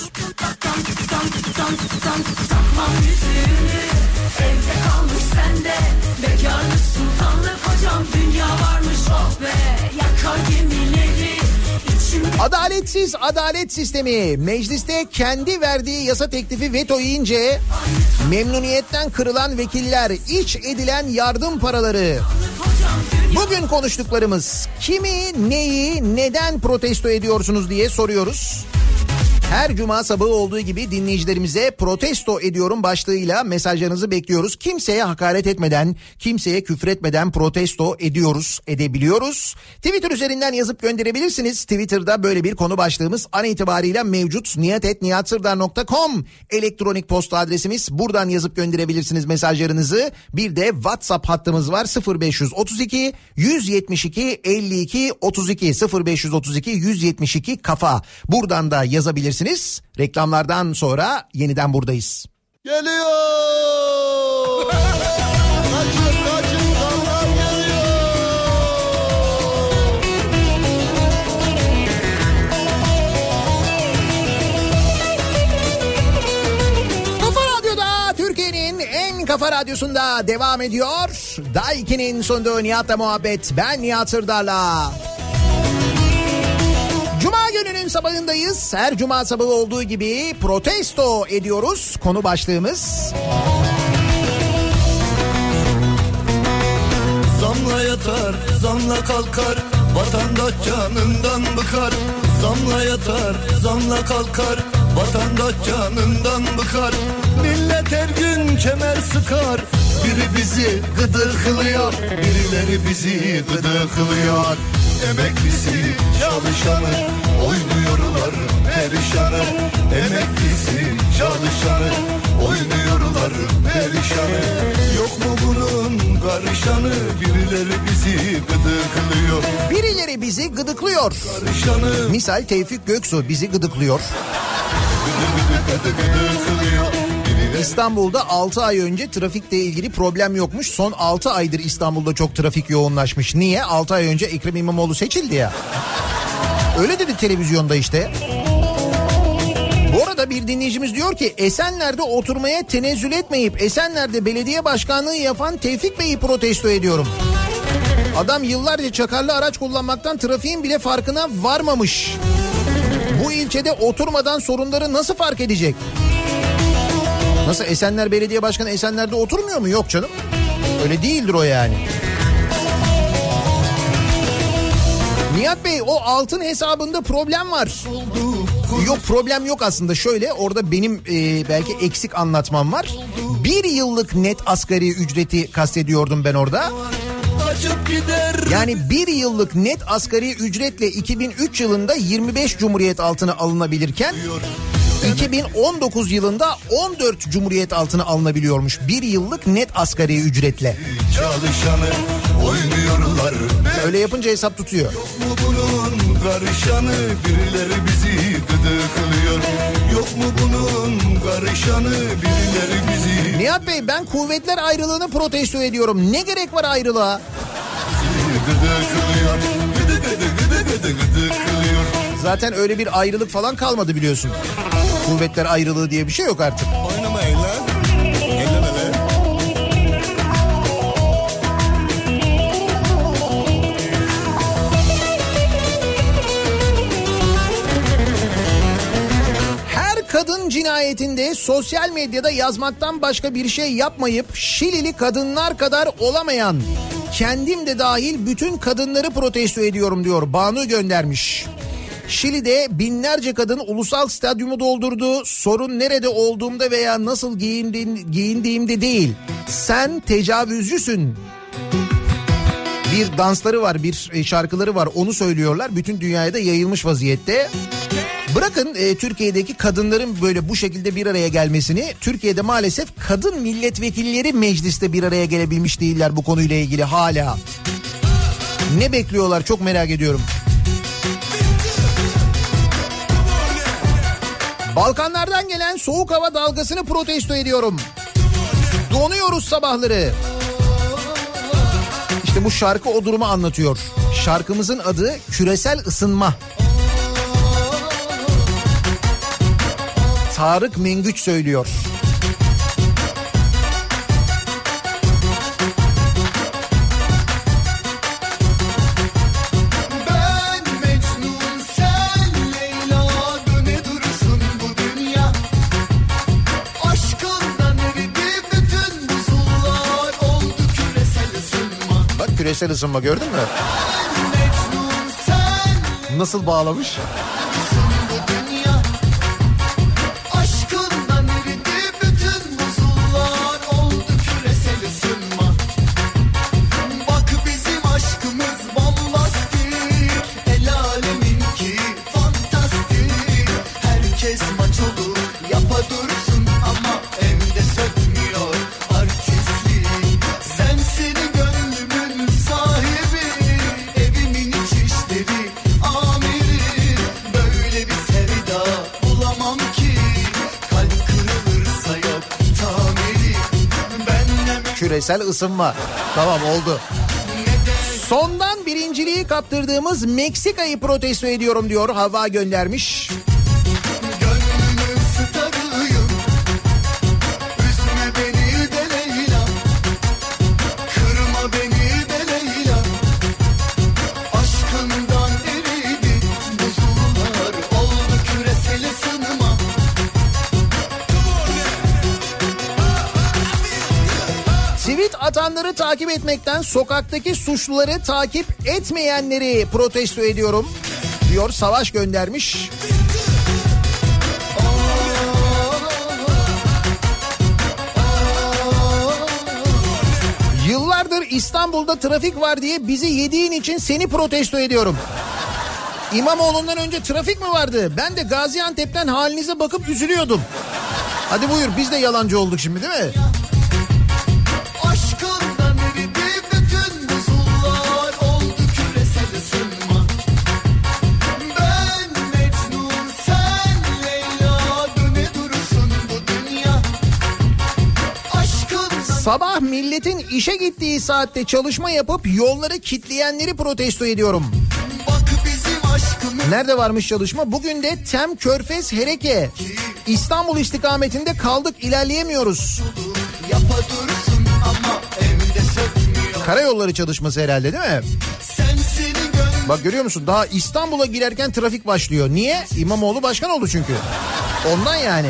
S8: Takmam yüzüğünü, evde kalmış sende. Bekarlık sultanlık hocam, dünya varmış oh be. Yakar gemileri içimde.
S3: Adaletsiz adalet sistemi. Mecliste kendi verdiği yasa teklifi veto yiyince memnuniyetten kırılan vekiller, iç edilen yardım paraları. Bugün konuştuklarımız, kimi, neyi, neden protesto ediyorsunuz diye soruyoruz. Her cuma sabahı olduğu gibi dinleyicilerimize protesto ediyorum başlığıyla mesajlarınızı bekliyoruz. Kimseye hakaret etmeden, kimseye küfretmeden protesto ediyoruz, edebiliyoruz. Twitter üzerinden yazıp gönderebilirsiniz. Twitter'da böyle bir konu başlığımız an itibariyle mevcut. nihat et nihat sırdar nokta com elektronik posta adresimiz. Buradan yazıp gönderebilirsiniz mesajlarınızı. Bir de WhatsApp hattımız var. sıfır beş otuz iki yüz yetmiş iki elli iki otuz iki sıfır beş otuz iki yüz yetmiş iki kafa. Buradan da yazabilirsiniz. Reklamlardan sonra yeniden buradayız.
S9: Geliyor. Kaçın kaçın zamlar geliyor.
S3: Kafa Radyo'da, Türkiye'nin en kafa radyosunda devam ediyor. Daiki'nin sunduğu Nihat'la muhabbet. Ben Nihat Sırdar'la. Cuma gününün sabahındayız. Her cuma sabahı olduğu gibi protesto ediyoruz. Konu başlığımız.
S9: Zamla yatar, zamla kalkar, vatandaş canından bıkar. Zamla yatar, zamla kalkar, vatandaş canından bıkar. Millet her gün kemer sıkar, biri bizi gıdıklıyor, birileri bizi gıdıklıyor. Emeklisi çalışanı oynuyorlar perişanı. Emeklisi çalışanı oynuyorlar perişanı. Yok mu bunun karışanı, birileri bizi gıdıklıyor.
S3: Birileri bizi gıdıklıyor.
S9: Karışanı.
S3: Misal Tevfik Göksu bizi gıdıklıyor.
S9: Gıdı gıdı gıdıklıyor.
S3: İstanbul'da altı ay önce trafikle ilgili problem yokmuş. Son altı aydır İstanbul'da çok trafik yoğunlaşmış. Niye? altı ay önce Ekrem İmamoğlu seçildi ya. Öyle dedi televizyonda işte. Bu arada bir dinleyicimiz diyor ki Esenler'de oturmaya tenezzül etmeyip Esenler'de belediye başkanlığı yapan Tevfik Bey'i protesto ediyorum. Adam yıllarca çakarlı araç kullanmaktan trafiğin bile farkına varmamış. Bu ilçede oturmadan sorunları nasıl fark edecek? Nasıl, Esenler Belediye Başkanı Esenler'de oturmuyor mu? Yok canım. Öyle değildir o yani. Nihat Bey, o altın hesabında problem var. Yok, problem yok aslında. Şöyle, orada benim e, belki eksik anlatmam var. Bir yıllık net asgari ücreti kastediyordum ben orada. Yani bir yıllık net asgari ücretle iki bin üç yılında yirmi beş Cumhuriyet altını alınabilirken iki bin on dokuz yılında on dört Cumhuriyet altını alınabiliyormuş bir yıllık net asgari ücretle.
S9: Çalışanı oynuyorlar.
S3: Öyle yapınca hesap tutuyor.
S9: Yok mu bunun karışanı, birileri bizi gıdıklıyor. Yok mu bunun karışanı, birileri bizi...
S3: Nihat Bey, ben kuvvetler ayrılığını protesto ediyorum. Ne gerek var ayrılığa?
S9: Gıdıklıyor, gıdı gıdı gıdı gıdı gıdıklıyor.
S3: Zaten öyle bir ayrılık falan kalmadı biliyorsun. Kuvvetler ayrılığı diye bir şey yok artık.
S9: Oynamayın lan. Eğlenme lan.
S3: Her kadın cinayetinde sosyal medyada yazmaktan başka bir şey yapmayıp Şilili kadınlar kadar olamayan, kendim de dahil bütün kadınları protesto ediyorum diyor. Banu göndermiş. Şili'de binlerce kadın ulusal stadyumu doldurdu. Sorun nerede olduğumda veya nasıl giyindiğim, giyindiğimde değil. Sen tecavüzcüsün. Bir dansları var, bir şarkıları var. Onu söylüyorlar. Bütün dünyaya da yayılmış vaziyette. Bırakın e, Türkiye'deki kadınların böyle bu şekilde bir araya gelmesini. Türkiye'de maalesef kadın milletvekilleri mecliste bir araya gelebilmiş değiller bu konuyla ilgili hala. Ne bekliyorlar çok merak ediyorum. Balkanlardan gelen soğuk hava dalgasını protesto ediyorum. Donuyoruz sabahları. İşte bu şarkı o durumu anlatıyor. Şarkımızın adı Küresel Isınma. Tarık Mengüç söylüyor. Küresel ısınma, gördün mü? Nasıl bağlamış? Küresel ısınma. Tamam, oldu. Sondan birinciliği kaptırdığımız Meksika'yı protesto ediyorum diyor. Hava göndermiş. Atanları takip etmekten sokaktaki suçluları takip etmeyenleri protesto ediyorum diyor. Savaş göndermiş. Yıllardır İstanbul'da trafik var diye bizi yediğin için seni protesto ediyorum. İmamoğlu'ndan önce trafik mi vardı? Ben de Gaziantep'ten halinize bakıp üzülüyordum. Hadi buyur, biz de yalancı olduk şimdi, değil mi? Sabah milletin işe gittiği saatte çalışma yapıp yolları kitleyenleri protesto ediyorum. Nerede varmış çalışma? Bugün de Tem Körfez Hereke İstanbul istikametinde kaldık, ilerleyemiyoruz. Karayolları çalışması herhalde, değil mi? Bak görüyor musun? Daha İstanbul'a girerken trafik başlıyor. Niye? İmamoğlu başkan oldu çünkü. Ondan yani.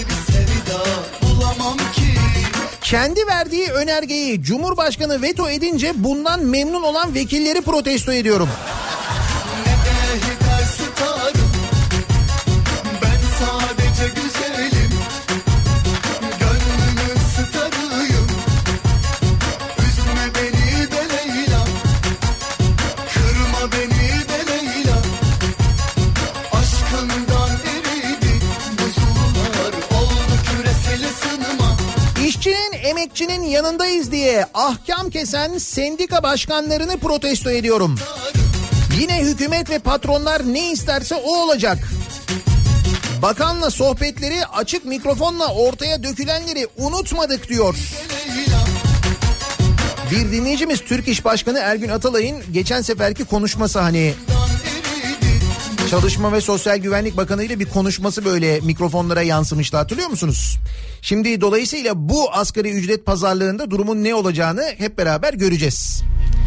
S3: Kendi verdiği önergeyi Cumhurbaşkanı veto edince bundan memnun olan vekilleri protesto ediyorum. emekçinin yanındayız diye ahkam kesen sendika başkanlarını protesto ediyorum. Yine hükümet ve patronlar ne isterse o olacak. Bakanla sohbetleri açık mikrofonla ortaya dökülenleri unutmadık diyor. Bir dinleyicimiz Türk İş Başkanı Ergün Atalay'ın geçen seferki konuşması, hani Çalışma ve Sosyal Güvenlik Bakanı ile bir konuşması böyle mikrofonlara yansımıştı, hatırlıyor musunuz? Şimdi dolayısıyla bu asgari ücret pazarlığında durumun ne olacağını hep beraber göreceğiz.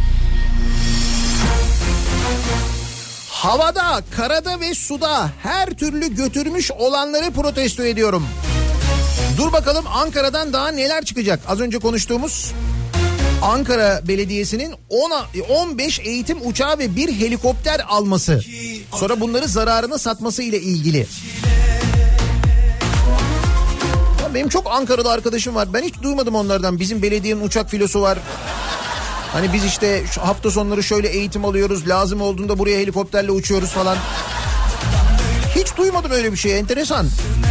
S3: Havada, karada ve suda her türlü götürmüş olanları protesto ediyorum. Dur bakalım Ankara'dan daha neler çıkacak? Az önce konuştuğumuz Ankara Belediyesi'nin on beş eğitim uçağı ve bir helikopter alması, sonra bunları zararına satması ile ilgili. Benim çok Ankaralı arkadaşım var. Ben hiç duymadım onlardan. Bizim belediyenin uçak filosu var. Hani biz işte şu hafta sonları şöyle eğitim alıyoruz, lazım olduğunda buraya helikopterle uçuyoruz falan. Hiç duymadım öyle bir şey. Enteresan.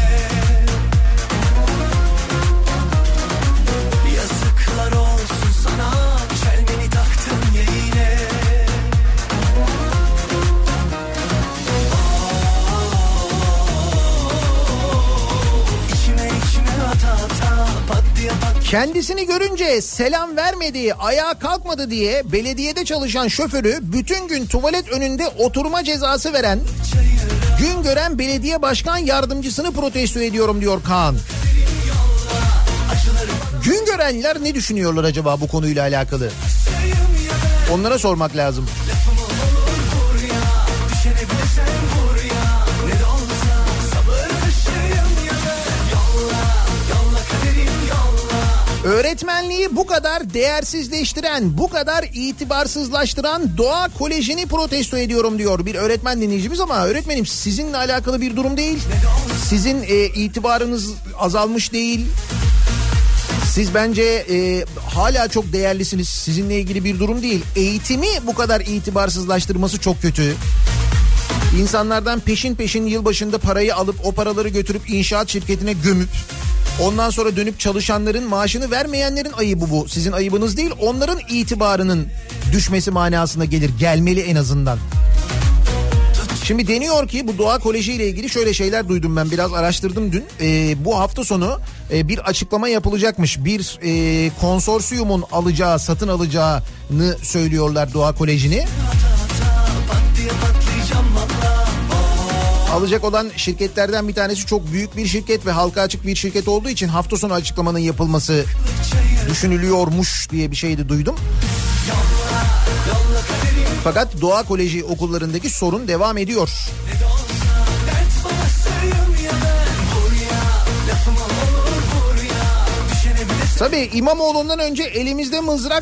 S3: Kendisini görünce selam vermediği, ayağa kalkmadı diye belediyede çalışan şoförü bütün gün tuvalet önünde oturma cezası veren Güngören Belediye Başkan Yardımcısını protesto ediyorum diyor Kaan. Güngörenliler ne düşünüyorlar acaba bu konuyla alakalı? Onlara sormak lazım. Öğretmenliği bu kadar değersizleştiren, bu kadar itibarsızlaştıran Doğa Koleji'ni protesto ediyorum diyor bir öğretmen dinleyicimiz, ama öğretmenim sizinle alakalı bir durum değil. Sizin e, itibarınız azalmış değil. Siz bence e, hala çok değerlisiniz. Sizinle ilgili bir durum değil. Eğitimi bu kadar itibarsızlaştırması çok kötü. İnsanlardan peşin peşin yılbaşında parayı alıp o paraları götürüp inşaat şirketine gömüp ondan sonra dönüp çalışanların maaşını vermeyenlerin ayıbı bu. Sizin ayıbınız değil, onların itibarının düşmesi manasına gelir. Gelmeli en azından. Şimdi deniyor ki bu Doğa Koleji ile ilgili şöyle şeyler duydum ben, biraz araştırdım dün. Ee, bu hafta sonu e, bir açıklama yapılacakmış. Bir e, konsorsiyumun alacağı, satın alacağını söylüyorlar Doğa Koleji'ni. Alacak olan şirketlerden bir tanesi çok büyük bir şirket ve halka açık bir şirket olduğu için hafta sonu açıklamanın yapılması düşünülüyormuş diye bir şey de duydum. Fakat Doğa Koleji okullarındaki sorun devam ediyor. Tabii İmamoğlu'ndan önce elimizde mızrak,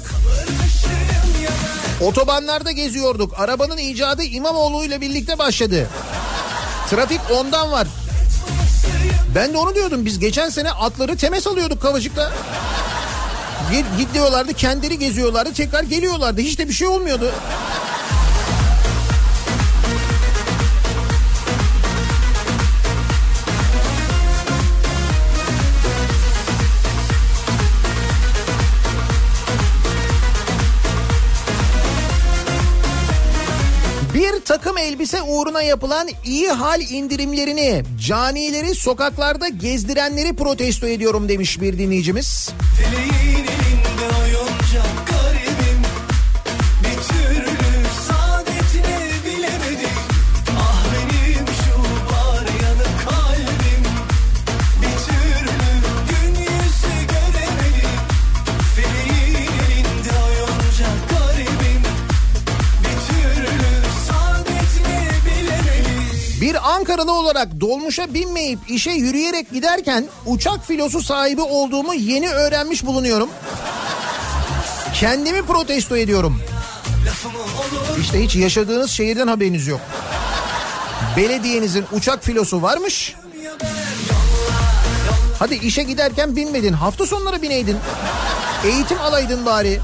S3: otobanlarda geziyorduk. Arabanın icadı İmamoğlu ile birlikte başladı. Trafik ondan var. Ben de onu diyordum. Biz geçen sene atları temes alıyorduk Kavacık'ta. Gidiyorlardı, kendileri geziyorlardı, tekrar geliyorlardı. Hiç de bir şey olmuyordu. Bir takım elbise uğruna yapılan iyi hal indirimlerini, canileri sokaklarda gezdirenleri protesto ediyorum demiş bir dinleyicimiz. Bir Ankaralı olarak dolmuşa binmeyip işe yürüyerek giderken uçak filosu sahibi olduğumu yeni öğrenmiş bulunuyorum. Kendimi protesto ediyorum. İşte hiç yaşadığınız şehirden haberiniz yok. Belediyenizin uçak filosu varmış. Hadi işe giderken binmedin, hafta sonları bineydin. Eğitim alaydın bari.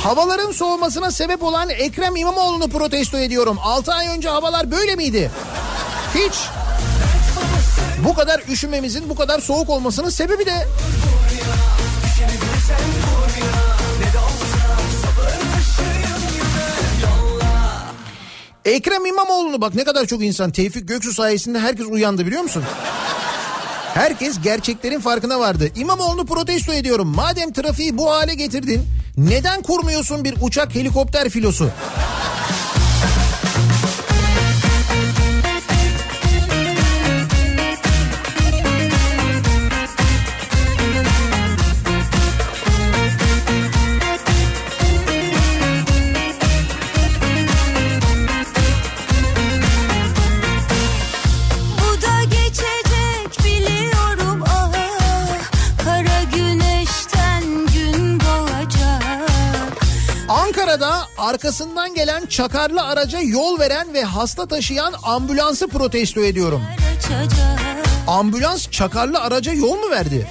S3: Havaların soğumasına sebep olan Ekrem İmamoğlu'nu protesto ediyorum. altı ay önce havalar böyle miydi? Hiç. Bu kadar üşümemizin, bu kadar soğuk olmasının sebebi de... Ekrem İmamoğlu'nu bak ne kadar çok insan, Tevfik Göksu sayesinde herkes uyandı biliyor musun? Herkes gerçeklerin farkına vardı. İmamoğlu'nu protesto ediyorum. Madem trafiği bu hale getirdin, neden kurmuyorsun bir uçak helikopter filosu? Ankara'da arkasından gelen çakarlı araca yol veren ve hasta taşıyan ambulansı protesto ediyorum. Ambulans çakarlı araca yol mu verdi?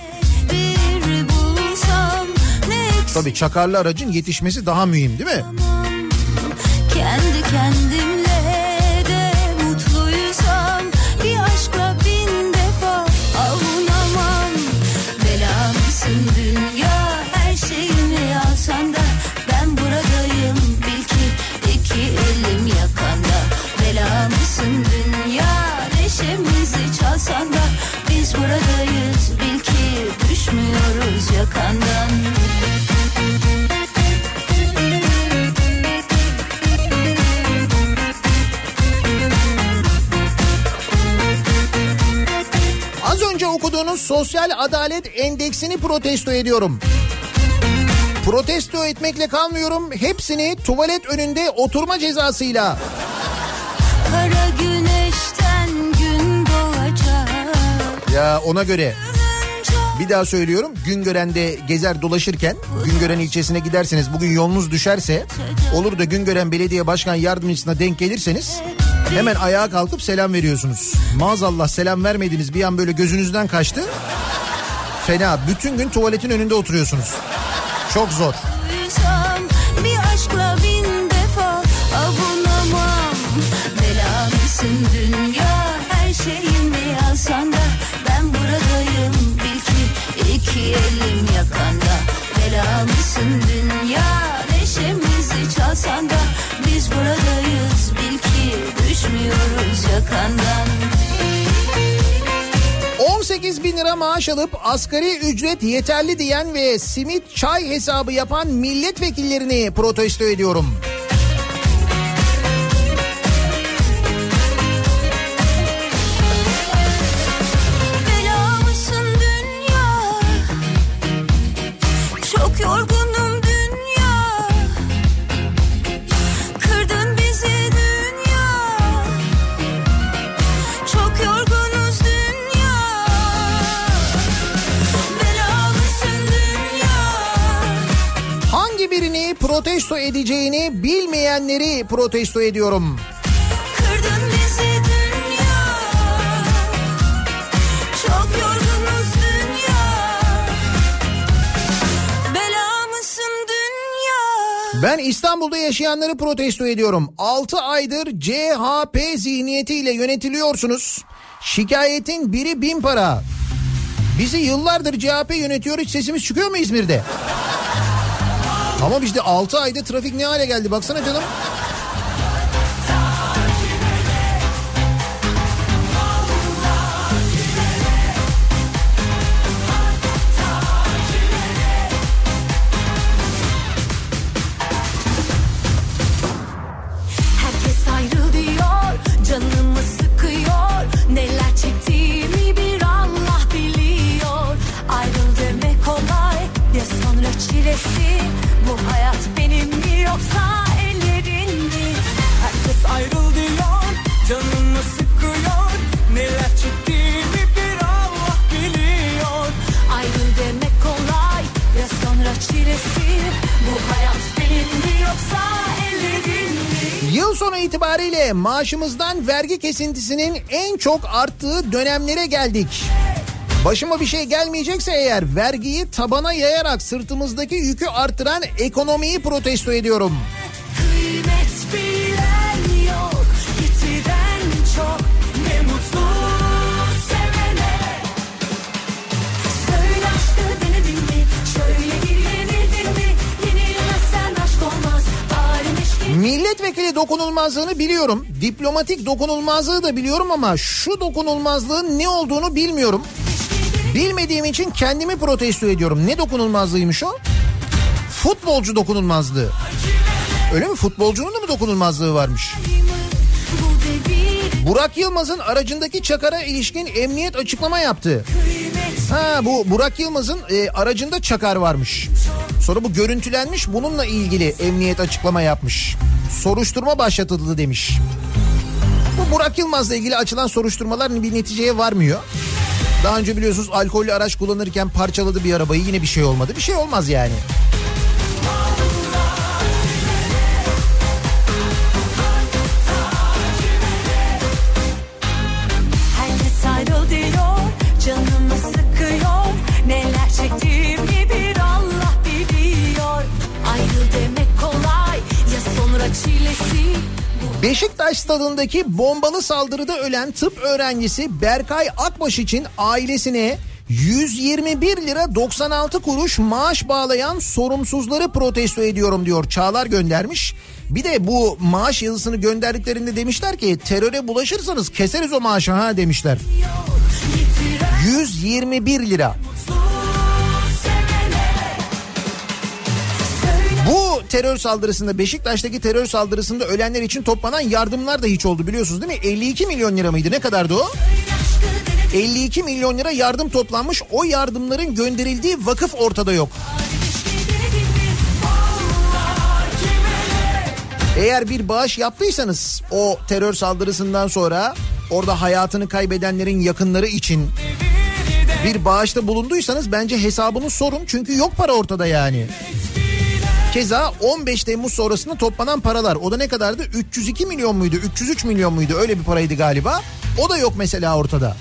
S3: Tabii çakarlı aracın yetişmesi daha mühim değil mi?
S10: Kendi kendimle de mutluysam bir aşkla bin defa avunamam. Belamsın dünya, her şeyimi alsan da ben buradayım bil ki, iki elim yakanda. Belamsın dünya, neşemizi çalsan da biz buradayız bil ki, düşmüyoruz yakandan.
S3: Az önce okuduğunuz sosyal adalet endeksini protesto ediyorum. Protesto etmekle kalmıyorum, hepsini tuvalet önünde oturma cezasıyla.
S10: Kara güneşten gün doğacak.
S3: Ya ona göre bir daha söylüyorum, Güngören'de gezer dolaşırken Güngören ilçesine giderseniz, bugün yolunuz düşerse, olur da Güngören Belediye Başkan Yardımcısına denk gelirseniz hemen ayağa kalkıp selam veriyorsunuz. Maazallah selam vermediniz, bir an böyle gözünüzden kaçtı. Fena, bütün gün tuvaletin önünde oturuyorsunuz. Çok zor.
S10: Bir aşkla bin defa avunamam. Belamsın dünya, her şeyimi alsan da ben buradayım bil ki, iki elim yakanda. Belamsın dünya, neşemizi çalsan da biz buradayız bil ki, düşmüyoruz yakandan.
S3: on sekiz bin lira maaş alıp asgari ücret yeterli diyen ve simit çay hesabı yapan milletvekillerini protesto ediyorum.
S10: Belamsın dünya, çok yorgunum dünya, kırdın bizi dünya, çok yorgunuz dünya. Belamsın dünya.
S3: Hangi birini protesto edeceğini bilmeyenleri protesto ediyorum.
S10: Kırdın bizi dünya, çok yorgunuz dünya. Belamsın dünya.
S3: Ben İstanbul'da yaşayanları protesto ediyorum. altı aydır C H P zihniyetiyle yönetiliyorsunuz. Şikayetin biri bin para. Bizi yıllardır C H P yönetiyor, hiç sesimiz çıkıyor mu İzmir'de? Ama işte altı ayda trafik ne hale geldi baksana canım.
S10: Herkes ayrı diyor, canımı sıkıyor. Neler çektiğimi bir Allah biliyor. Ayrıl demek kolay, ya sonra çilesi. Bu hayat benim mi yoksa ellerin mi?
S7: Herkes ayrıl diyor, canımı sıkıyor. Neler çektiğimi bir Allah biliyor.
S10: Ayrıl demek kolay, ya sonra çilesi. Bu hayat benim mi yoksa ellerin mi?
S3: Yıl sonu itibariyle maaşımızdan vergi kesintisinin en çok arttığı dönemlere geldik. Başıma bir şey gelmeyecekse eğer vergiyi tabana yayarak sırtımızdaki yükü artıran ekonomiyi protesto ediyorum.
S10: Kıymet bilen yok, getiren çok, ne mutlu sevene. Söyle aşkı denedin mi, şöyle bir yenildin mi, yenilmezsen aşk olmaz, barimiş gibi.
S3: Milletvekili dokunulmazlığını biliyorum, diplomatik dokunulmazlığı da biliyorum ama şu dokunulmazlığın ne olduğunu bilmiyorum. Bilmediğim için kendimi protesto ediyorum. Ne dokunulmazlığıymış o? Futbolcu dokunulmazlığı. Öyle mi? Futbolcunun da mı dokunulmazlığı varmış? Burak Yılmaz'ın aracındaki çakara ilişkin emniyet açıklama yaptı. Ha, bu Burak Yılmaz'ın e, aracında çakar varmış. Sonra bu görüntülenmiş, bununla ilgili emniyet açıklama yapmış. Soruşturma başlatıldı demiş. Bu Burak Yılmaz'la ilgili açılan soruşturmalar bir neticeye varmıyor. Daha önce biliyorsunuz alkollü araç kullanırken parçaladı bir arabayı, yine bir şey olmadı. Bir şey olmaz yani.
S10: Herkes ayrıl diyor, canımı sıkıyor, neler çektiğimi bir Allah biliyor. Ayrıl demek kolay, ya sonra çilesi.
S3: Beşiktaş stadındaki bombalı saldırıda ölen tıp öğrencisi Berkay Akbaş için ailesine yüz yirmi bir lira doksan altı kuruş maaş bağlayan sorumsuzları protesto ediyorum diyor. Çağlar göndermiş. Bir de bu maaş yazısını gönderdiklerinde demişler ki teröre bulaşırsanız keseriz o maaşı ha demişler. yüz yirmi bir lira. Bu terör saldırısında, Beşiktaş'taki terör saldırısında ölenler için toplanan yardımlar da hiç oldu biliyorsunuz değil mi? elli iki milyon lira mıydı? Ne kadardı o? elli iki milyon lira yardım toplanmış. O yardımların gönderildiği vakıf ortada yok. Eğer bir bağış yaptıysanız o terör saldırısından sonra orada hayatını kaybedenlerin yakınları için bir bağışta bulunduysanız bence hesabını sorun. Çünkü yok para ortada yani. Keza on beş Temmuz sonrasında toplanan paralar, o da ne kadardı? üç yüz iki milyon muydu? üç yüz üç milyon muydu? Öyle bir paraydı galiba. O da yok mesela ortada.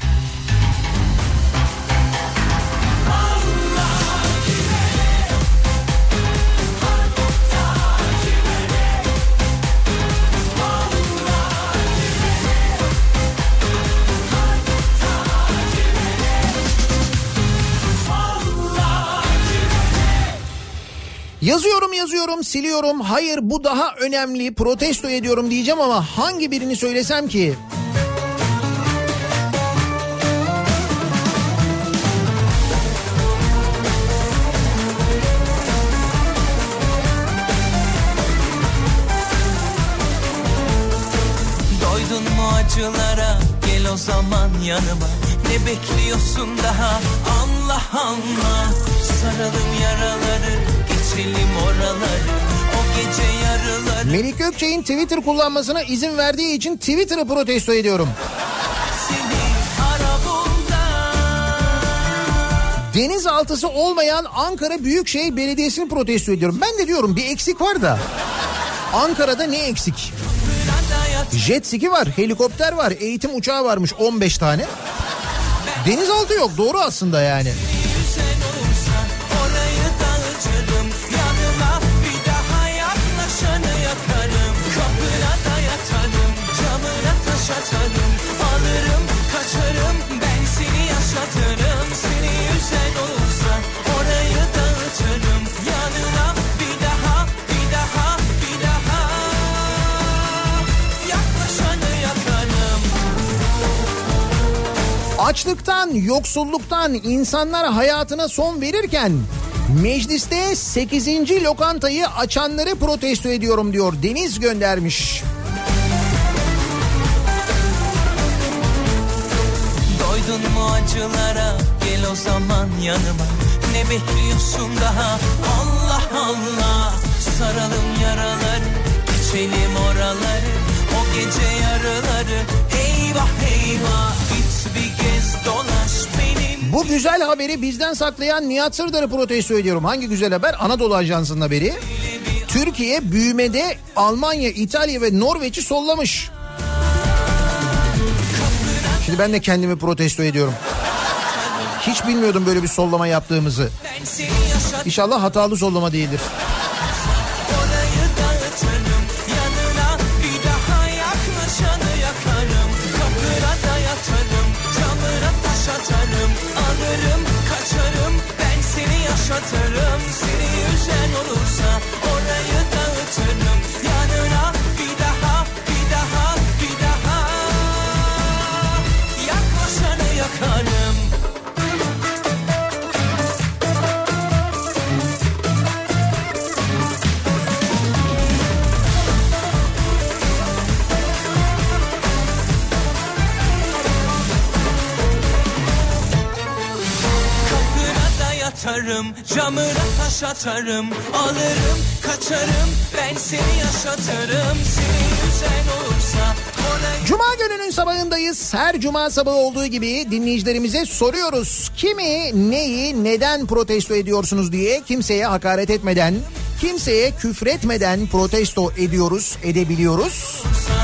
S3: Yazıyorum yazıyorum siliyorum, hayır bu daha önemli, protesto ediyorum diyeceğim ama hangi birini söylesem ki?
S7: Doydun mu acılara, gel o zaman yanıma. Ne bekliyorsun daha, Allah Allah. Saralım yaraları, geçelim oraları, o gece yarıları.
S3: Melik Gökçek'in Twitter kullanmasına izin verdiği için Twitter'ı protesto ediyorum. Denizaltısı olmayan Ankara Büyükşehir Belediyesi'ni protesto ediyorum. Ben de diyorum bir eksik var da. Ankara'da ne eksik? Jet ski var, helikopter var, eğitim uçağı varmış on beş tane. Denizaltı yok, doğru aslında yani.
S7: Alırım kaçarım, ben seni yaşatırım. Seni yüzen olursa orayı dağıtırım. Yanına bir daha, bir daha, bir daha yaklaşanı yakarım.
S3: Açlıktan, yoksulluktan insanlar hayatına son verirken mecliste sekizinci lokantayı açanları protesto ediyorum diyor. Deniz göndermiş.
S7: Doydun mu acılara, gel o zaman yanıma. Ne bekliyorsun daha, Allah Allah. Saralım yaraları, geçelim oraları, o gece yarıları. Eyvah eyvah, git bir gez dolaş benim.
S3: Bu güzel haberi bizden saklayan Nihat Sırdar'ı protesto ediyorum. Hangi güzel haber? Anadolu Ajansı'nın haberi. Türkiye büyümede Almanya, İtalya ve Norveç'i sollamış. Şimdi ben de kendimi protesto ediyorum. Hiç bilmiyordum böyle bir sollama yaptığımızı. İnşallah hatalı sollama değildir.
S7: Orayı dağıtırım, yanına bir daha yaklaşanı yakarım. Kapıra da yatarım, camına taş atarım. Alırım, kaçarım, ben seni yaşatırım. Seni üzen olursa orayı dağıtırım. Yanına bir daha, bir daha, bir daha yaklaşanı yakarım. Yatarım, camına taş atarım. Alırım, kaçarım, ben seni yaşatırım. Seni üzen olursa orayı...
S3: Cuma gününün sabahındayız. Her cuma sabahı olduğu gibi dinleyicilerimize soruyoruz. Kimi, neyi, neden protesto ediyorsunuz diye. Kimseye hakaret etmeden, kimseye küfretmeden protesto ediyoruz, edebiliyoruz.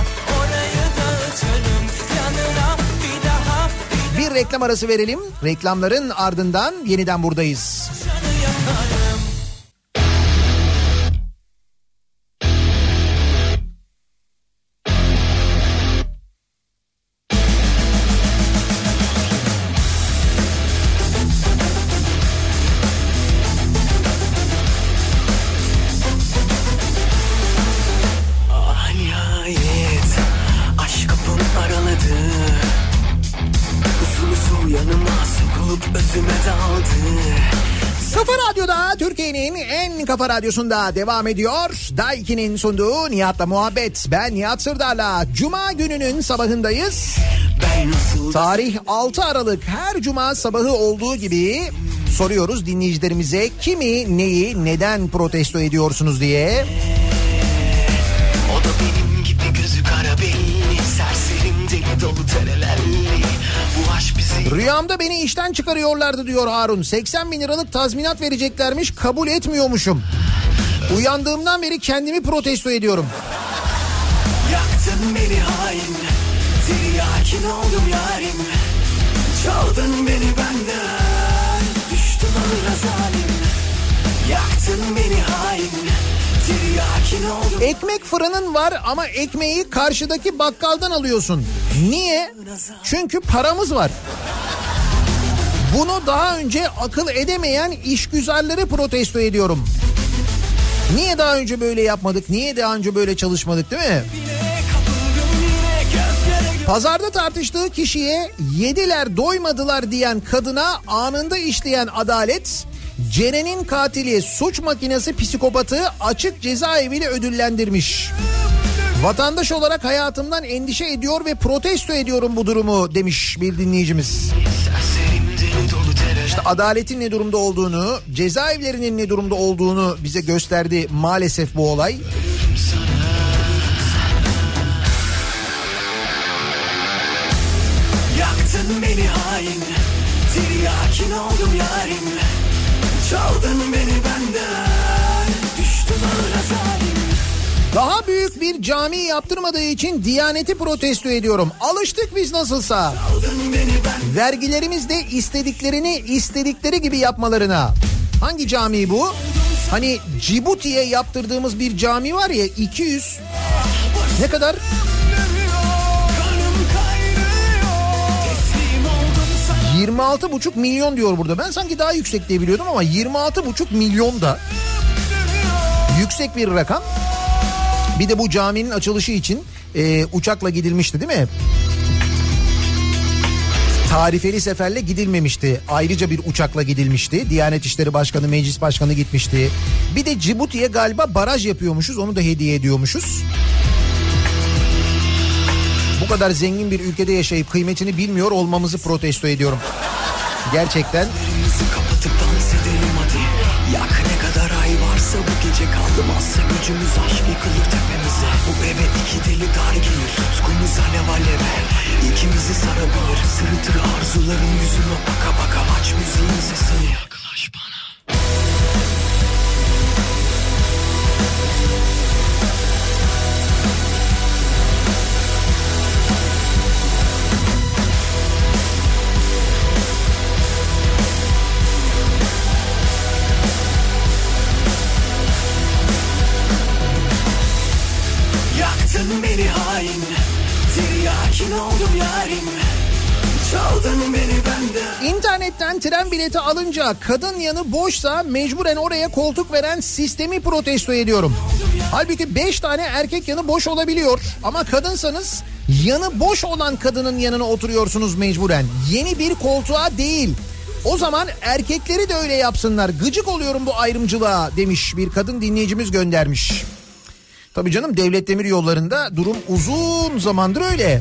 S3: Bir reklam arası verelim. Reklamların ardından yeniden buradayız.
S7: Ah nihayet aşk kapım araladı. Usul yanıma sokulup özüme daldı.
S3: Kafa Radyo'da, Türkiye'nin en kafa radyosunda devam ediyor. Daiki'nin sunduğu Nihat'la Muhabbet. Ben Nihat Sırdar'la Cuma gününün sabahındayız. Tarih altı Aralık. Her cuma sabahı olduğu gibi soruyoruz dinleyicilerimize kimi, neyi, neden protesto ediyorsunuz diye.
S7: O da benim gibi gözü kara belli, serserim deli dolu terelelli. Bu aşk bizi...
S3: Rüyamda beni işten çıkarıyorlardı diyor Harun. seksen bin liralık tazminat vereceklermiş, kabul etmiyormuşum. Uyandığımdan beri kendimi protesto ediyorum.
S7: Yaktın beni hain, tiryakin oldum yarim. Çaldın beni benden, düştüm ağına zalim. Yaktın beni hain, tiryakin oldum.
S3: Ekmek fırının var ama ekmeği karşıdaki bakkaldan alıyorsun. Niye? Çünkü paramız var. Bunu daha önce akıl edemeyen işgüzarları protesto ediyorum. Niye daha önce böyle yapmadık? Niye daha önce böyle çalışmadık, değil mi? Pazarda tartıştığı kişiye yediler doymadılar diyen kadına anında işleyen adalet, Ceren'in katili suç makinesi psikopatı açık cezaeviyle ödüllendirmiş. Vatandaş olarak hayatımdan endişe ediyor ve protesto ediyorum bu durumu demiş bir dinleyicimiz. İşte adaletin ne durumda olduğunu, cezaevlerinin ne durumda olduğunu bize gösterdi maalesef bu olay.
S7: Yaktın beni hain, tiryakin oldum yarim. Çaldın beni benden, düştüm ağına zalim.
S3: Daha büyük bir cami yaptırmadığı için Diyaneti protesto ediyorum. Alıştık biz nasılsa. Vergilerimizde istediklerini istedikleri gibi yapmalarına. Hangi cami bu? Hani Cibuti'ye yaptırdığımız bir cami var ya, iki yüz ne kadar? yirmi altı buçuk milyon diyor burada. Ben sanki daha yüksek diye biliyordum ama yirmi altı buçuk milyon da yüksek bir rakam. Bir de bu caminin açılışı için e, uçakla gidilmişti değil mi? Tarifeli seferle gidilmemişti. Ayrıca bir uçakla gidilmişti. Diyanet İşleri Başkanı, Meclis Başkanı gitmişti. Bir de Cibuti'ye galiba baraj yapıyormuşuz. Onu da hediye ediyormuşuz. Bu kadar zengin bir ülkede yaşayıp kıymetini bilmiyor olmamızı protesto ediyorum. Gerçekten.
S7: Kapatıp dans edelim hadi. Yak ne kadar ay varsa bu gece kalmazsa gücümüz aşk yıkılır tepemize. Bu eve iki deli dar gelir, tutkumuz alev aleve. İkimizi sarabilir, sırıtır arzuların yüzüme baka baka. Aç müziğin sesini, yaklaş bana.
S1: Bıraktın beni hain, tiryakin oldum yarim. Çaldın beni benden.
S3: İnternetten tren bileti alınca kadın yanı boşsa mecburen oraya koltuk veren sistemi protesto ediyorum. Halbuki beş tane erkek yanı boş olabiliyor ama kadınsanız yanı boş olan kadının yanına oturuyorsunuz mecburen. Yeni bir koltuğa değil. O zaman erkekleri de öyle yapsınlar. Gıcık oluyorum bu ayrımcılığa demiş bir kadın dinleyicimiz göndermiş. Tabii canım, devlet demir yollarında durum uzun zamandır öyle.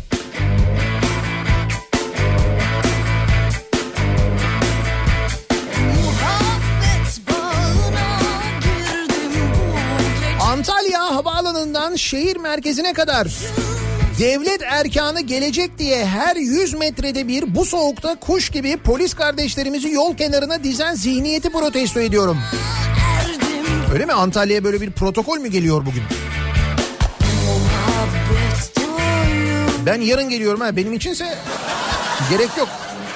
S3: Antalya havaalanından şehir merkezine kadar devlet erkanı gelecek diye her yüz metrede bir bu soğukta kuş gibi polis kardeşlerimizi yol kenarına dizen zihniyeti protesto ediyorum. Öyle mi? Antalya'ya böyle bir protokol mü geliyor bugün? Ben yarın geliyorum ha. Benim içinse gerek yok.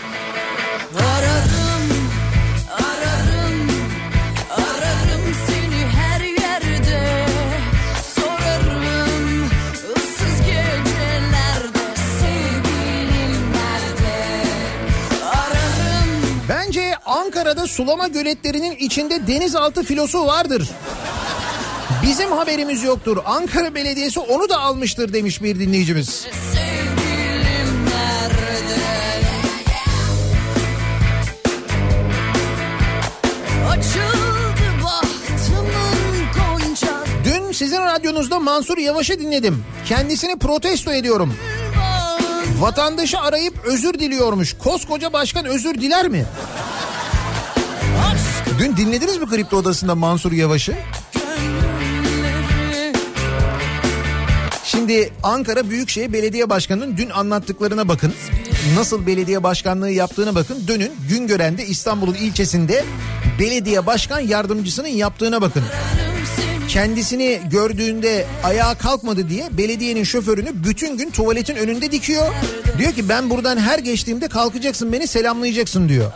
S6: Ararım, ararım, ararım seni her yerde. Sorarım ıssız gecelerde sevgilim nerede? Ararım.
S3: Bence Ankara'da sulama göletlerinin içinde denizaltı filosu vardır. Bizim haberimiz yoktur. Ankara Belediyesi onu da almıştır demiş bir dinleyicimiz.
S6: Sevgilim nerede? Açıldı bahtımın gonca.
S3: Dün sizin radyonuzda Mansur Yavaş'ı dinledim. Kendisini protesto ediyorum. Vatandaşı arayıp özür diliyormuş. Koskoca başkan özür diler mi? Dün dinlediniz mi Kripto Odası'nda Mansur Yavaş'ı? Şimdi Ankara Büyükşehir Belediye Başkanı'nın dün anlattıklarına bakın. Nasıl belediye başkanlığı yaptığına bakın. Dönün Güngören'de, İstanbul'un ilçesinde belediye başkan yardımcısının yaptığına bakın. Kendisini gördüğünde ayağa kalkmadı diye belediyenin şoförünü bütün gün tuvaletin önünde dikiyor. Diyor ki ben buradan her geçtiğimde kalkacaksın, beni selamlayacaksın diyor.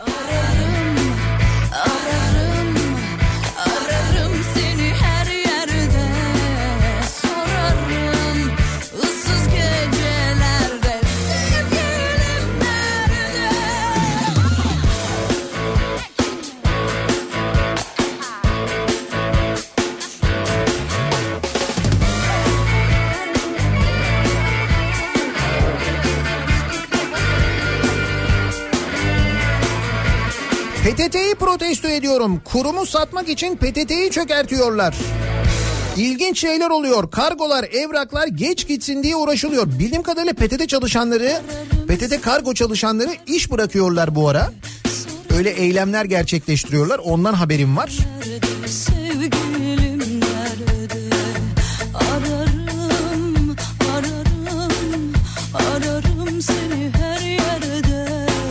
S3: P T T'yi protesto ediyorum. Kurumu satmak için P T T'yi çökertiyorlar. İlginç şeyler oluyor. Kargolar, evraklar geç gitsin diye uğraşılıyor. Bildiğim kadarıyla P T T çalışanları, P T T kargo çalışanları iş bırakıyorlar bu ara. Öyle eylemler gerçekleştiriyorlar. Ondan haberim var.
S6: Sevgilim nerede? Ararım, ararım, ararım seni her yerde.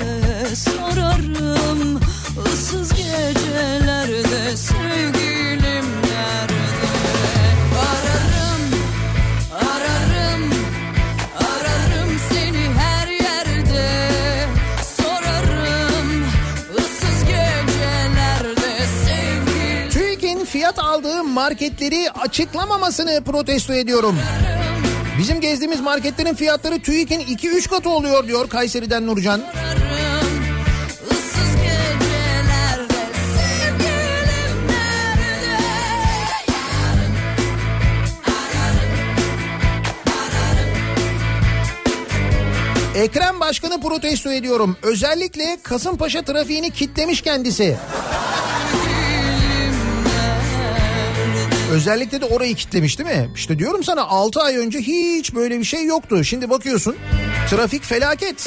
S6: Sorarım ıssız gecelerde sevgilim nerede? Ararım, ararım, ararım seni her yerde. Sorarım ıssız gecelerde sevgilim.
S3: TÜİK'in fiyat aldığı marketleri açıklamamasını protesto ediyorum. Bizim gezdiğimiz marketlerin fiyatları TÜİK'in iki üç katı oluyor diyor Kayseri'den Nurcan.
S6: Issız gecelerde sevgilim nerede?
S3: Ekrem Başkan'ı protesto ediyorum. Özellikle Kasımpaşa trafiğini kitlemiş kendisi. Özellikle de orayı kitlemiş değil mi? İşte diyorum sana, altı ay önce hiç böyle bir şey yoktu. Şimdi bakıyorsun trafik felaket.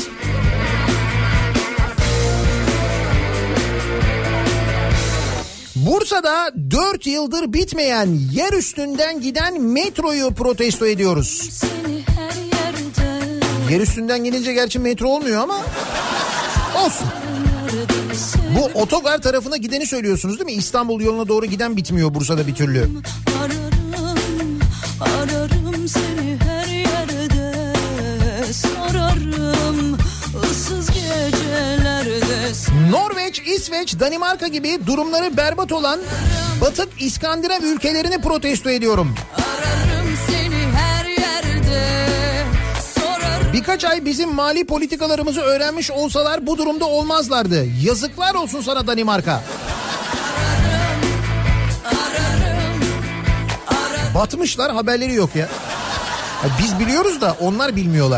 S3: Bursa'da dört yıldır bitmeyen yer üstünden giden metroyu protesto ediyoruz.
S6: Seni her yerde.
S3: Yer üstünden gelince gerçi metro olmuyor ama olsun. Bu otogar tarafına gideni söylüyorsunuz değil mi? İstanbul yoluna doğru giden bitmiyor Bursa'da bir türlü.
S6: Ararım, ararım seni her yerde. Sorarım ıssız gecelerde.
S3: Norveç, İsveç, Danimarka gibi durumları berbat olan batık İskandinav ülkelerini protesto ediyorum.
S6: Ararım seni her yerde.
S3: Birkaç ay bizim mali politikalarımızı öğrenmiş olsalar bu durumda olmazlardı. Yazıklar olsun sana Danimarka. Batmışlar, haberleri yok ya. Ya biz biliyoruz da onlar bilmiyorlar.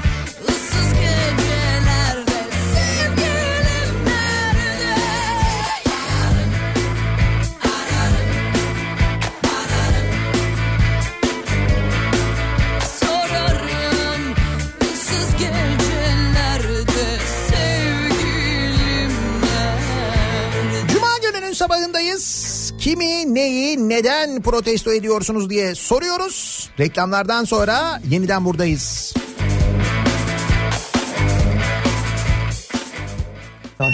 S3: Sabahındayız. Kimi, neyi, neden protesto ediyorsunuz diye soruyoruz. Reklamlardan sonra yeniden buradayız. Tamam.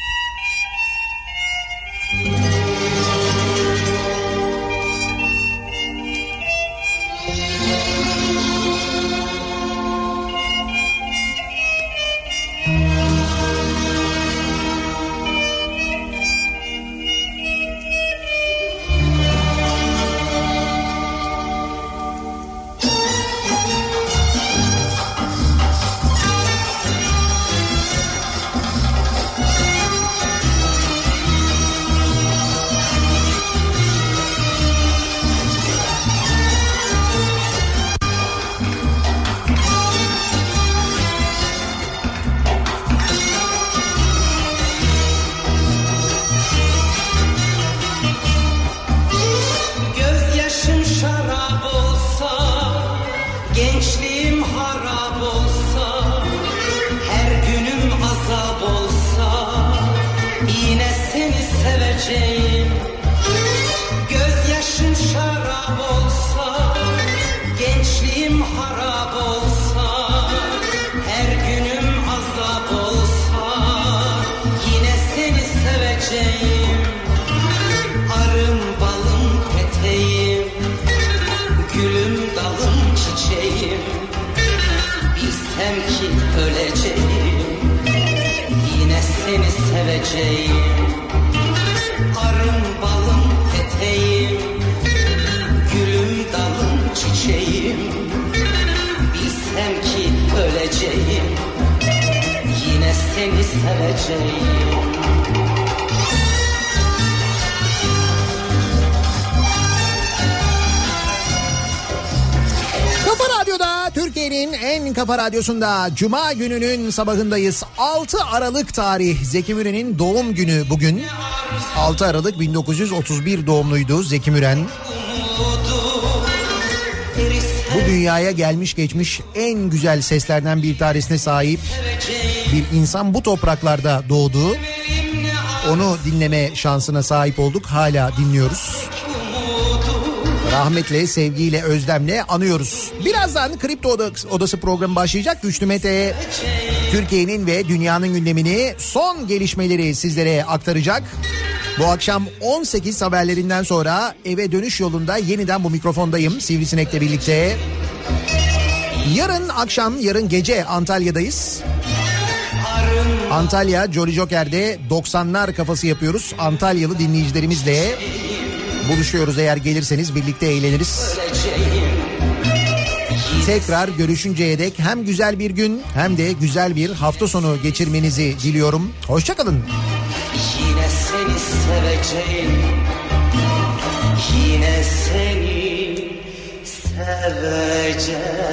S3: Kafa Radyosu'nda Cuma gününün sabahındayız. altı Aralık tarih Zeki Müren'in doğum günü bugün. altı Aralık bin dokuz yüz otuz bir doğumluydu Zeki Müren. Bu dünyaya gelmiş geçmiş en güzel seslerden bir tanesine sahip bir insan, bu topraklarda doğdu. Onu dinleme şansına sahip olduk. Hala dinliyoruz. Rahmetle, sevgiyle, özlemle anıyoruz. Birazdan Kripto Odası programı başlayacak. Güçlü Mete Türkiye'nin ve dünyanın gündemini, son gelişmeleri sizlere aktaracak. Bu akşam on sekiz haberlerinden sonra eve dönüş yolunda yeniden bu mikrofondayım Sivrisinek'le birlikte. Yarın akşam, yarın gece Antalya'dayız. Antalya Jolly Joker'de doksanlar kafası yapıyoruz. Antalyalı dinleyicilerimizle buluşuyoruz, eğer gelirseniz birlikte eğleniriz. Tekrar görüşünceye dek hem güzel bir gün hem de güzel bir hafta sonu geçirmenizi diliyorum. Hoşça kalın.
S11: Yine seni seveceğim. Yine seni seveceğim.